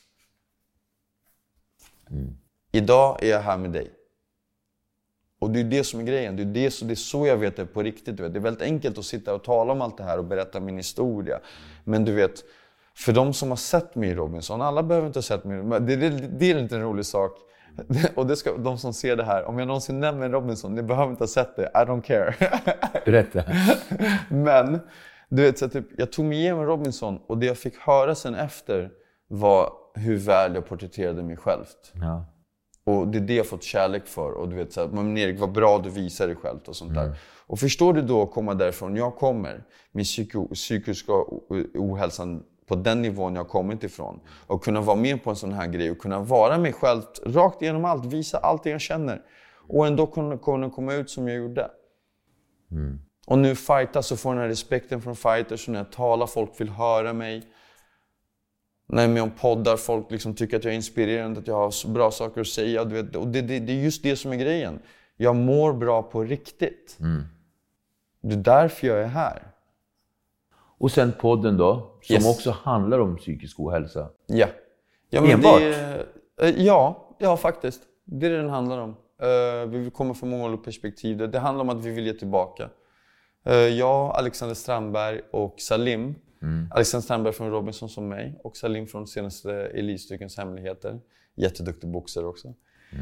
Idag är jag här med dig. Och det är det som är grejen. Det är så jag vet det på riktigt. Du vet. Det är väldigt enkelt att sitta och tala om allt det här och berätta min historia. Men du vet, för de som har sett mig i Robinson, alla behöver inte ha sett mig. Det är inte en rolig sak. Och det ska, de som ser det här, om jag någonsin nämner Robinson, ni behöver inte ha sett det, I don't care. Berätta. Men du vet, så typ, jag tog mig igenom Robinson och det jag fick höra sen efter var hur väl jag porträtterade mig själv. Ja. Och det är det jag fått kärlek för. Och du vet, så här, men Erik, vad bra du visar dig själv och sånt där. Och förstår du då att komma därifrån jag kommer, min psykiska ohälsan på den nivån jag kommit ifrån. Och kunna vara med på en sån här grej och kunna vara mig själv rakt igenom allt. Visa allt det jag känner. Och ändå kunna komma ut som jag gjorde. Och nu fightas så får den här respekten från fighters. Och när jag talar, folk vill höra mig. När jag är med om poddar, folk liksom tycker att jag är inspirerande. Att jag har bra saker att säga. Du vet, och det är just det som är grejen. Jag mår bra på riktigt. Det är därför jag är här. Och sen podden då, som Yes. också handlar om psykisk ohälsa. Ja. Men enbart? Ja, faktiskt. Det är det den handlar om. Vi kommer från många olika perspektiv. Det handlar om att vi vill ge tillbaka. Jag, Alexander Strandberg och Salim. Alexander Strandberg från Robinson som mig. Och Salim från senaste Elitstyrkans hemligheter. Jätteduktig boxare också.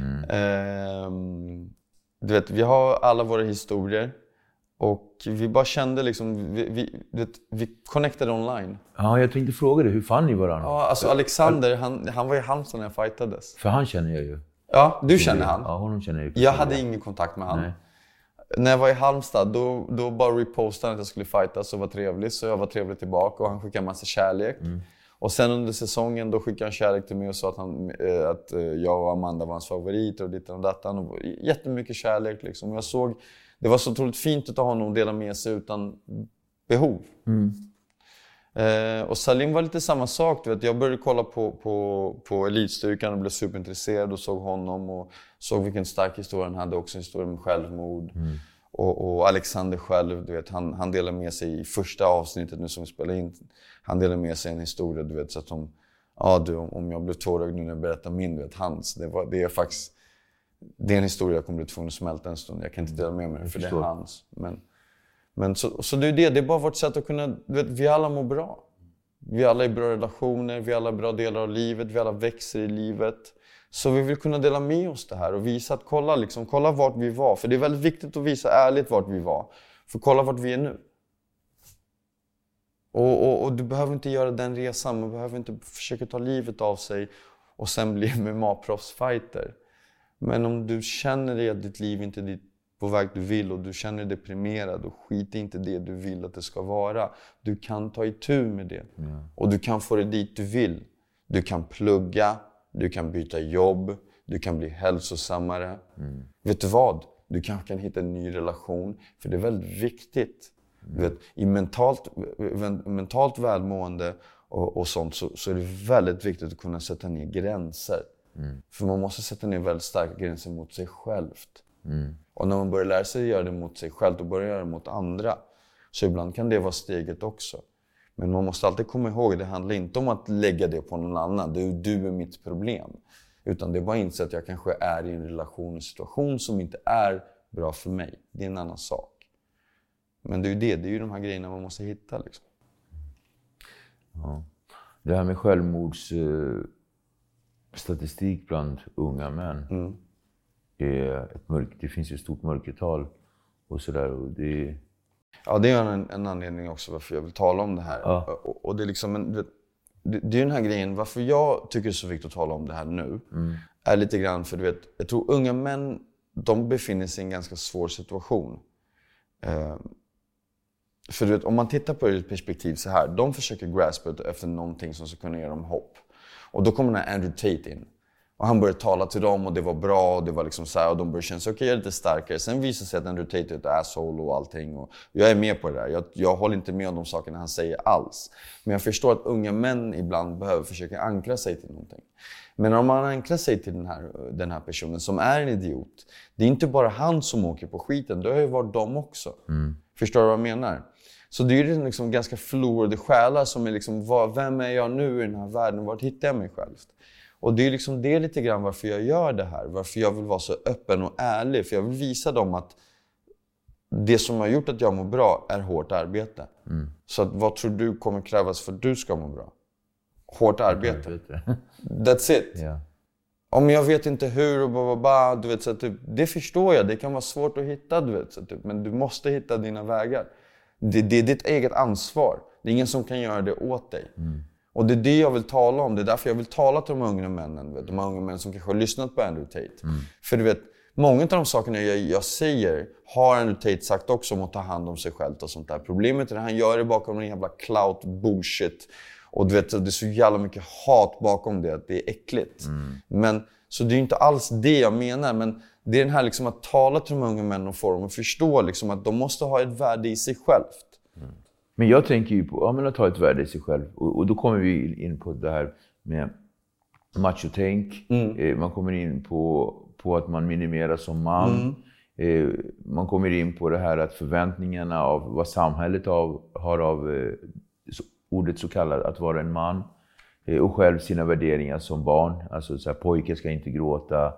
Du vet, vi har alla våra historier. Och vi bara kände liksom, vi connectade online. Ja, jag tänkte fråga dig, hur fann ni varandra? Ja, alltså Alexander, han var i Halmstad när jag fightades. För han känner jag ju. Ja, du känner han. Ja, honom känner jag ju. Jag hade ingen kontakt med han. Nej. När jag var i Halmstad, då bara repostade han att jag skulle fightas och var trevlig. Så jag var trevlig tillbaka och han skickade en massa kärlek. Och sen under säsongen då skickade han kärlek till mig och sa att jag och Amanda var hans favoriter och dittan och dattan. Och jättemycket kärlek liksom. Jag såg, det var så otroligt fint att ha honom och dela med sig utan behov. Och Salim var lite samma sak. Du vet. Jag började kolla på Elitstyrkan och blev superintresserad och såg honom. Och såg vilken stark historia han hade, också en historia med självmord. Och Alexander själv, du vet, han delar med sig i första avsnittet nu som vi spelar in. Han delar med sig en historia, du vet, så att om jag blev tårögd nu när jag berättar min, du vet, hans. Det är faktiskt, det är en historia jag kommer bli tvungen att smälta en stund. Jag kan inte dela med mig för det är hans. Men så det är det är bara vårt sätt att kunna, du vet, vi alla mår bra. Vi alla är bra relationer, vi alla är bra delar av livet, vi alla växer i livet. Så vi vill kunna dela med oss det här och visa att kolla vart vi var. För det är väldigt viktigt att visa ärligt vart vi var. För kolla vart vi är nu. Och du behöver inte göra den resan, man behöver inte försöka ta livet av sig och sen bli MMA-proffsfighter. Men om du känner dig att ditt liv inte är på väg du vill och du känner dig deprimerad och skit inte det du vill att det ska vara. Du kan ta itu med det. Och du kan få det dit du vill. Du kan plugga, du kan byta jobb, du kan bli hälsosammare. Vet du vad? Du kanske kan hitta en ny relation. För det är väldigt viktigt. Du vet, i mentalt välmående och sånt så är det väldigt viktigt att kunna sätta ner gränser. För man måste sätta ner väldigt starka gränser mot sig självt. Och när man börjar lära sig att göra det mot sig själv och börjar göra det mot andra. Så ibland kan det vara steget också. Men man måste alltid komma ihåg att det handlar inte om att lägga det på någon annan. Du är mitt problem. Utan det är bara att inse att jag kanske är i en relation och situation som inte är bra för mig. Det är en annan sak. Men det är ju de här grejerna man måste hitta liksom. Ja. Det här med självmordsstatistik bland unga män är det finns ju ett stort mörkertal och sådär. Ja, det är en anledning också varför jag vill tala om det här. Ja. Och det är liksom det är den här grejen, varför jag tycker det är så viktigt att tala om det här nu är lite grann för du vet, jag tror unga män, de befinner sig i en ganska svår situation. För du vet, om man tittar på det perspektiv så här, de försöker graspa efter någonting som ska kunna ge dem hopp. Och då kommer den här Andrew Tate in. Och han började tala till dem och det var bra och det var liksom så här, och de började känna sig okej, jag är lite starkare. Sen visar sig att Andrew Tate är ett asshole och allting och jag är med på det där. Jag håller inte med om de sakerna han säger alls. Men jag förstår att unga män ibland behöver försöka ankra sig till någonting. Men om man ankrar sig till den här personen som är en idiot, det är inte bara han som åker på skiten, det har ju varit de också. Förstår du vad jag menar? Så det är ju liksom ganska förlorade själar som är liksom, vem är jag nu i den här världen? Vart hittar jag mig själv? Och det är liksom det lite grann varför jag gör det här. Varför jag vill vara så öppen och ärlig. För jag vill visa dem att det som har gjort att jag mår bra är hårt arbete. Så att, vad tror du kommer krävas för att du ska må bra? Hårt arbete. That's it. Yeah. Om jag vet inte hur och du vet, så typ, det förstår jag. Det kan vara svårt att hitta, du vet, så typ, men du måste hitta dina vägar. Det är ditt eget ansvar. Det är ingen som kan göra det åt dig. Och det är det jag vill tala om. Det är därför jag vill tala till de unga männen. Vet, de unga männen som kanske har lyssnat på Andrew Tate. För du vet, många av de sakerna jag säger har Andrew Tate sagt också om att ta hand om sig själv och sånt där. Problemet är att han gör det bakom en jävla clout bullshit. Och du vet, det är så jävla mycket hat bakom det. Att det är äckligt. Men, så det är inte alls det jag menar. Men det är den här liksom att tala till de unga männen och få dem att förstå liksom att de måste ha ett värde i sig självt. Men jag tänker ju på att ta ett värde i sig själv. Och då kommer vi in på det här med machotänk. Man kommer in på att man minimeras som man. Man kommer in på det här att förväntningarna av vad samhället har av ordet så kallat att vara en man. Och själv sina värderingar som barn. Alltså så här, pojkar ska inte gråta.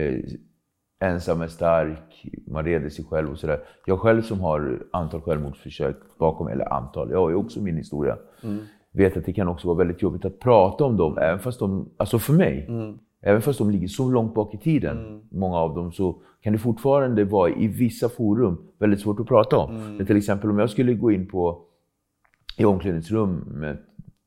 Ensam är stark, man reder sig själv och sådär. Jag själv som har antal självmordsförsök bakom, eller antal, jag har ju också min historia. Vet att det kan också vara väldigt jobbigt att prata om dem, även fast de, alltså för mig, även fast de ligger så långt bak i tiden, många av dem, så kan det fortfarande vara i vissa forum väldigt svårt att prata om. Men till exempel om jag skulle gå in i omklädningsrum med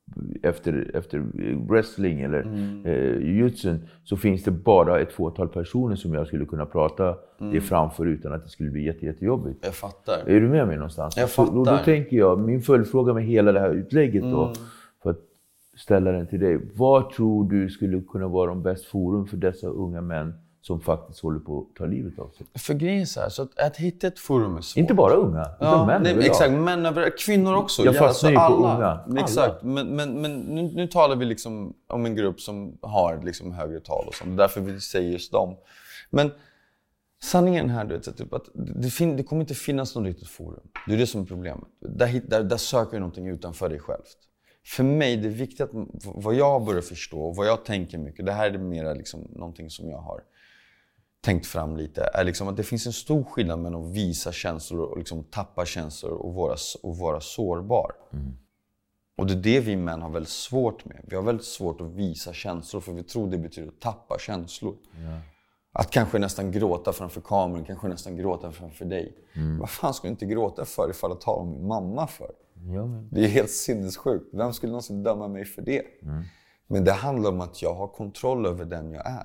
efter wrestling eller jiu-jitsu, så finns det bara ett fåtal personer som jag skulle kunna prata det framför utan att det skulle bli jättejobbigt. Jag fattar. Är du med mig någonstans? Jag fattar. Då tänker jag, min följdfråga med hela det här utlägget då, för att ställa den till dig. Vad tror du skulle kunna vara de bästa forum för dessa unga män som faktiskt håller på att ta livet av sig? För grejen så här, så att hitta ett forum är svårt. Inte bara unga, utan män. Exakt, män över kvinnor också. Jag fastnar ju på unga. Exakt, men nu talar vi liksom om en grupp som har liksom högre tal och sånt. Därför vi säger just dem. Men sanningen här, du vet, typ att det kommer inte finnas något riktigt forum. Det är det som är problemet. Där söker du någonting utanför dig själv. För mig, det är viktigt att vad jag börjar förstå och vad jag tänker mycket, det här är mer liksom någonting som jag har tänkt fram lite, är liksom att det finns en stor skillnad mellan att visa känslor och liksom tappa känslor och vara sårbar. Och det är det vi män har väldigt svårt med. Vi har väldigt svårt att visa känslor för vi tror det betyder att tappa känslor. Att kanske nästan gråta framför kameran, kanske nästan gråta framför dig. Vad fan skulle jag inte gråta för ifall jag talar om min mamma för? Det är helt sinnessjukt. Vem skulle någonsin döma mig för det? Men det handlar om att jag har kontroll över den jag är.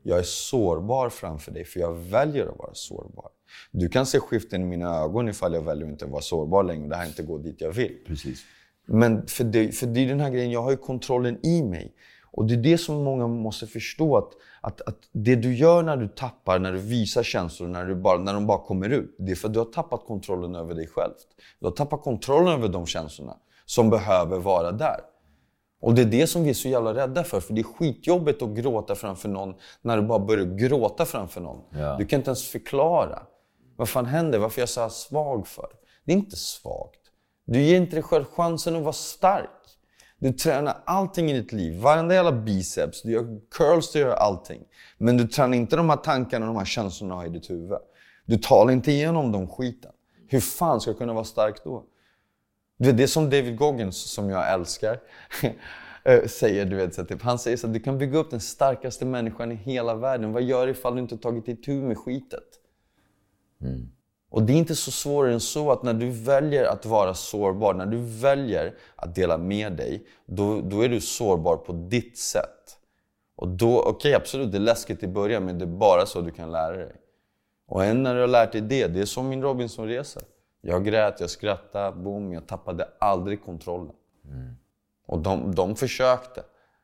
jag är sårbar framför dig för jag väljer att vara sårbar. Du kan se skiften i mina ögon ifall jag väljer att inte vara sårbar längre och det här inte går dit jag vill. Precis. Men för det är den här grejen, jag har ju kontrollen i mig. Och det är det som många måste förstå, att det du gör när du tappar, när du visar känslor, när de bara kommer ut, det är för att du har tappat kontrollen över dig själv. Du har tappat kontrollen över de känslorna som behöver vara där. Och det är det som vi är så jävla rädda för det är skitjobbigt att gråta framför någon när du bara börjar gråta framför någon. Ja. Du kan inte ens förklara. Vad fan händer? Varför är jag så här svag för? Det är inte svagt. Du ger inte dig själv chansen att vara stark. Du tränar allting i ditt liv. Varenda jävla biceps. Du gör curls, du gör allting. Men du tränar inte de här tankarna och de här känslorna i ditt huvud. Du talar inte igenom de skiten. Hur fan ska jag kunna vara stark då? Det är som David Goggins, som jag älskar, säger. Du vet, så typ, han säger så att du kan bygga upp den starkaste människan i hela världen. Vad gör du ifall du inte tagit itu med skitet? Och det är inte så svårare än så att när du väljer att vara sårbar, när du väljer att dela med dig, då är du sårbar på ditt sätt. Och då, okej, absolut, det är läskigt i början, men det är bara så du kan lära dig. Och än när du har lärt dig det är som min Robinson-resa. Jag grät, jag skrattade, boom, jag tappade aldrig kontrollen. Och de försökte.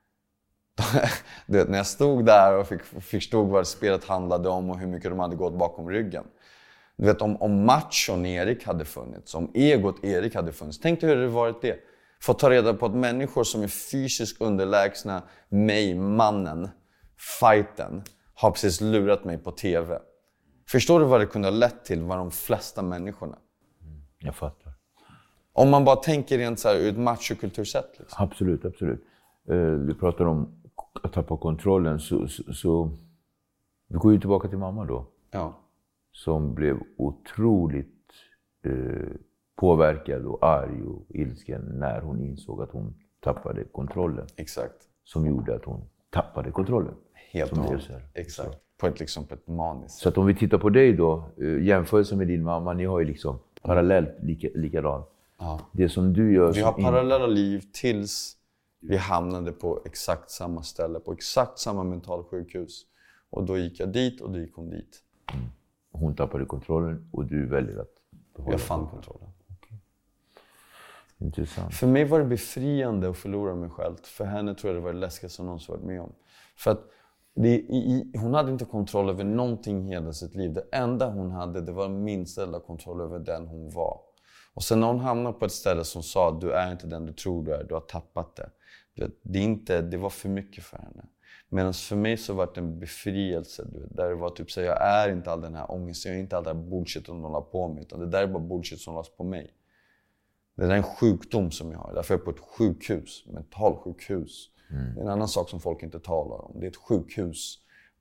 Du vet, när jag stod där och förstod vad spelet handlade om och hur mycket de hade gått bakom ryggen. Du vet, om machon Erik hade funnits, om egot Erik hade funnits. Tänk dig hur det varit det. Få ta reda på att människor som är fysiskt underlägsna mig, mannen, fighten, har precis lurat mig på tv. Förstår du vad det kunde ha lett till, vad de flesta människorna? Jag fattar. Om man bara tänker rent så här ur ett machokultursätt. Liksom. Absolut. Du pratar om att tappa kontrollen, så vi går ju tillbaka till mamma då. Ja. Som blev otroligt påverkad och arg och ilsken när hon insåg att hon tappade kontrollen. Exakt. Som gjorde att hon tappade kontrollen. Helt och hållet. Exakt. På ett maniskt. Så att om vi tittar på dig då, jämförelse med din mamma, ni har ju liksom parallellt likadant. Ja. Det som du gör. Vi har parallella liv tills vi hamnade på exakt samma ställe, på exakt samma mentalsjukhus. Och då gick jag dit och då gick hon dit. Hon tappade kontrollen och du väljer att behålla. Jag fann kontrollen. Okay. Intressant. För mig var det befriande att förlora mig själv. För henne tror jag det var det läskigaste som någonsin varit med om. För att hon hade inte kontroll över någonting i hela sitt liv. Det enda hon hade, det var minsta kontroll över den hon var. Och sen när hon hamnade på ett ställe som sa att du är inte den du tror du är, du har tappat det. Det var för mycket för henne. Medan för mig så var det en befrielse. Där det var typ så jag är inte all den här ångesten, jag är inte all den här bullshit som de la på mig. Utan det där är bara bullshit som lades på mig. Det där är en sjukdom som jag har. Därför är jag på ett sjukhus, mentalsjukhus. Det är en annan sak som folk inte talar om. Det är ett sjukhus.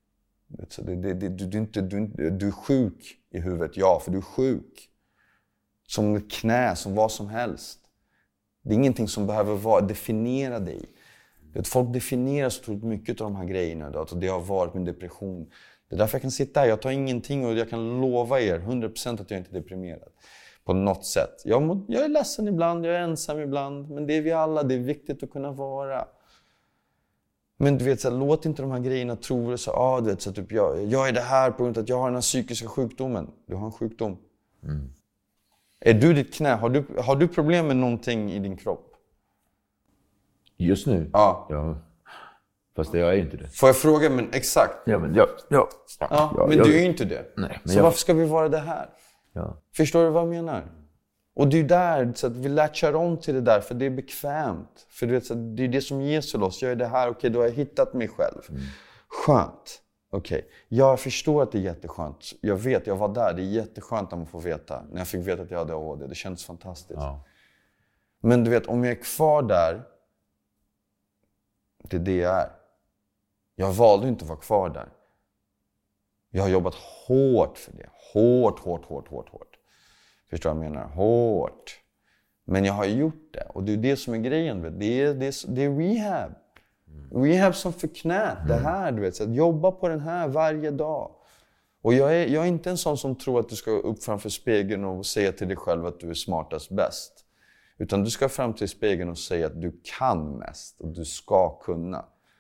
Du är sjuk i huvudet, ja, för du är sjuk. Som ett knä, som vad som helst. Det är ingenting som behöver definiera dig. Folk definierar så mycket av de här grejerna. Och det har varit min depression. Det är därför jag kan sitta här. Jag tar ingenting och jag kan lova er 100% att jag inte är deprimerad. På något sätt. Jag är ledsen ibland, jag är ensam ibland. Men det är vi alla, det är viktigt att kunna vara. Men du vet, så här, låt inte de här grejerna tro så, du vet, så typ, jag är det här på grund av att jag har den här psykiska sjukdomen. Du har en sjukdom. Är du ditt knä? Har du problem med någonting i din kropp? Just nu? Ja. Fast jag är inte det. Får jag fråga, men exakt? Ja, men du är ju inte det. Nej, så varför ska vi vara det här? Ja. Förstår du vad jag menar? Och det är där, så att vi latchar om till det där, för det är bekvämt. För du vet, så det är det som ger sig loss. Jag är det här, okej, då har jag hittat mig själv. Skönt. Okej, jag förstår att det är jätteskönt. Jag vet, jag var där. Det är jätteskönt att man får veta. När jag fick veta att jag hade ADHD. Det känns fantastiskt. Ja. Men du vet, om jag är kvar där. Det är det jag är. Jag valde inte att vara kvar där. Jag har jobbat hårt för det. Hårt. Förstår du vad jag menar? Hårt. Men jag har gjort det. Och det är det som är grejen. Vet? Det är rehab. Rehab som för knät. Det här, du vet. Så att jobba på den här varje dag. Och jag är inte en sån som tror att du ska upp framför spegeln och säga till dig själv att du är smartast bäst. Utan du ska fram till spegeln och säga att du kan mest. Och du ska kunna.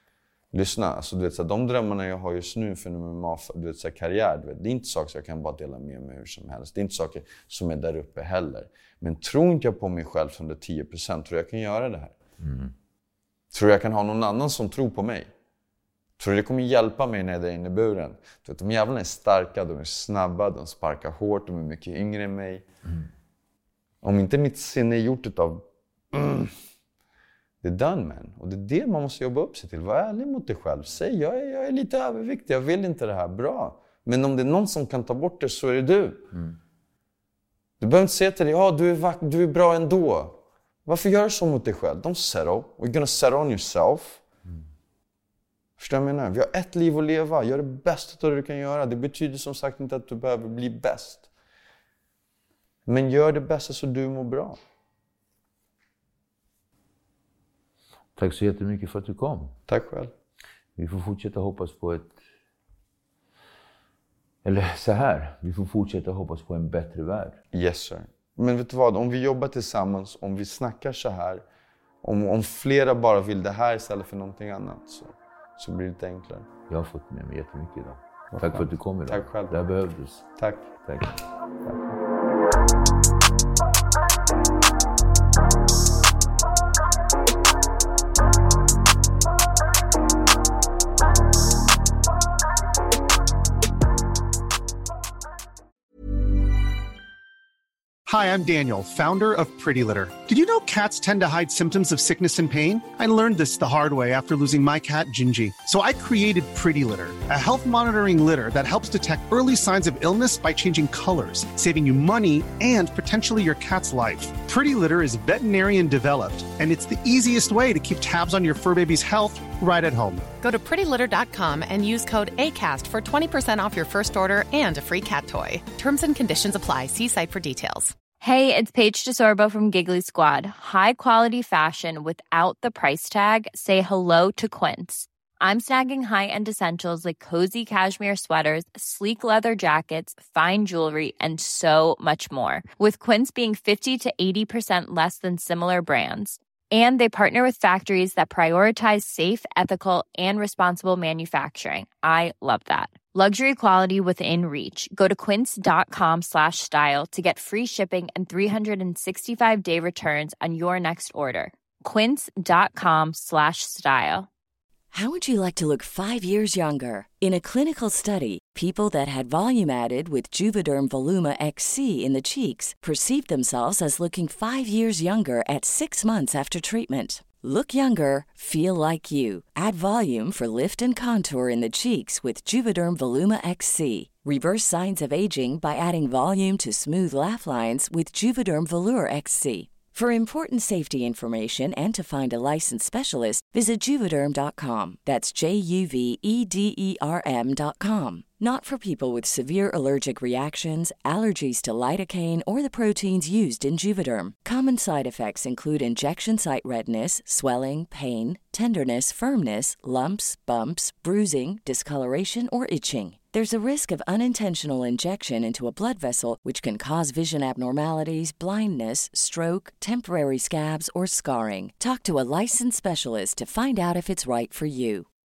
Lyssna, alltså, du vet, så här, de drömmarna jag har just nu för MMA, du vet, så här, karriär, du vet, det är inte saker jag kan bara dela med mig hur som helst. Det är inte saker som är där uppe heller. Men tror inte jag på mig själv som det 10%, tror jag kan göra det här. Tror jag kan ha någon annan som tror på mig. Tror det kommer hjälpa mig när jag är inne i buren. Du vet, de jävlarna är starka, de är snabba, de sparkar hårt, de är mycket yngre än mig. Om inte mitt sinne är gjort utav det är done, man. Och det är det man måste jobba upp sig till. Var ärlig mot dig själv. Säg, jag är lite överviktig, jag vill inte det här. Bra. Men om det är någon som kan ta bort det så är det du. Du behöver inte säga till dig, du är bra ändå. Varför gör du så mot dig själv? Don't settle. You're gonna settle on yourself. Förstår du vad jag menar? Vi har ett liv att leva. Gör det bästa av det du kan göra. Det betyder som sagt inte att du behöver bli bäst. Men gör det bästa så du mår bra. Tack så jättemycket för att du kom. Tack själv. Vi får fortsätta hoppas på vi får fortsätta hoppas på en bättre värld. Yes sir. Men vet du vad, om vi jobbar tillsammans, om vi snackar så här, om flera bara vill det här istället för någonting annat, så blir det lite enklare. Jag har fått med mig jättemycket idag. Tack för att du kom idag. Tack själv. Det här behövdes. Tack. Hi, I'm Daniel, founder of Pretty Litter. Did you know cats tend to hide symptoms of sickness and pain? I learned this the hard way after losing my cat, Gingy. So I created Pretty Litter, a health monitoring litter that helps detect early signs of illness by changing colors, saving you money and potentially your cat's life. Pretty Litter is veterinarian developed, and it's the easiest way to keep tabs on your fur baby's health right at home. Go to prettylitter.com and use code ACAST for 20% off your first order and a free cat toy. Terms and conditions apply. See site for details. Hey, it's Paige DeSorbo from Giggly Squad. High quality fashion without the price tag. Say hello to Quince. I'm snagging high-end essentials like cozy cashmere sweaters, sleek leather jackets, fine jewelry, and so much more. With Quince being 50 to 80% less than similar brands. And they partner with factories that prioritize safe, ethical, and responsible manufacturing. I love that. Luxury quality within reach. Go to quince.com/style to get free shipping and 365-day returns on your next order. Quince.com/style. How would you like to look 5 years younger? In a clinical study, people that had volume added with Juvederm Voluma XC in the cheeks perceived themselves as looking 5 years younger at 6 months after treatment. Look younger, feel like you. Add volume for lift and contour in the cheeks with Juvederm Voluma XC. Reverse signs of aging by adding volume to smooth laugh lines with Juvederm Volure XC. For important safety information and to find a licensed specialist, visit Juvederm.com. That's JUVEDERM.com. Not for people with severe allergic reactions, allergies to lidocaine, or the proteins used in Juvederm. Common side effects include injection site redness, swelling, pain, tenderness, firmness, lumps, bumps, bruising, discoloration, or itching. There's a risk of unintentional injection into a blood vessel, which can cause vision abnormalities, blindness, stroke, temporary scabs, or scarring. Talk to a licensed specialist to find out if it's right for you.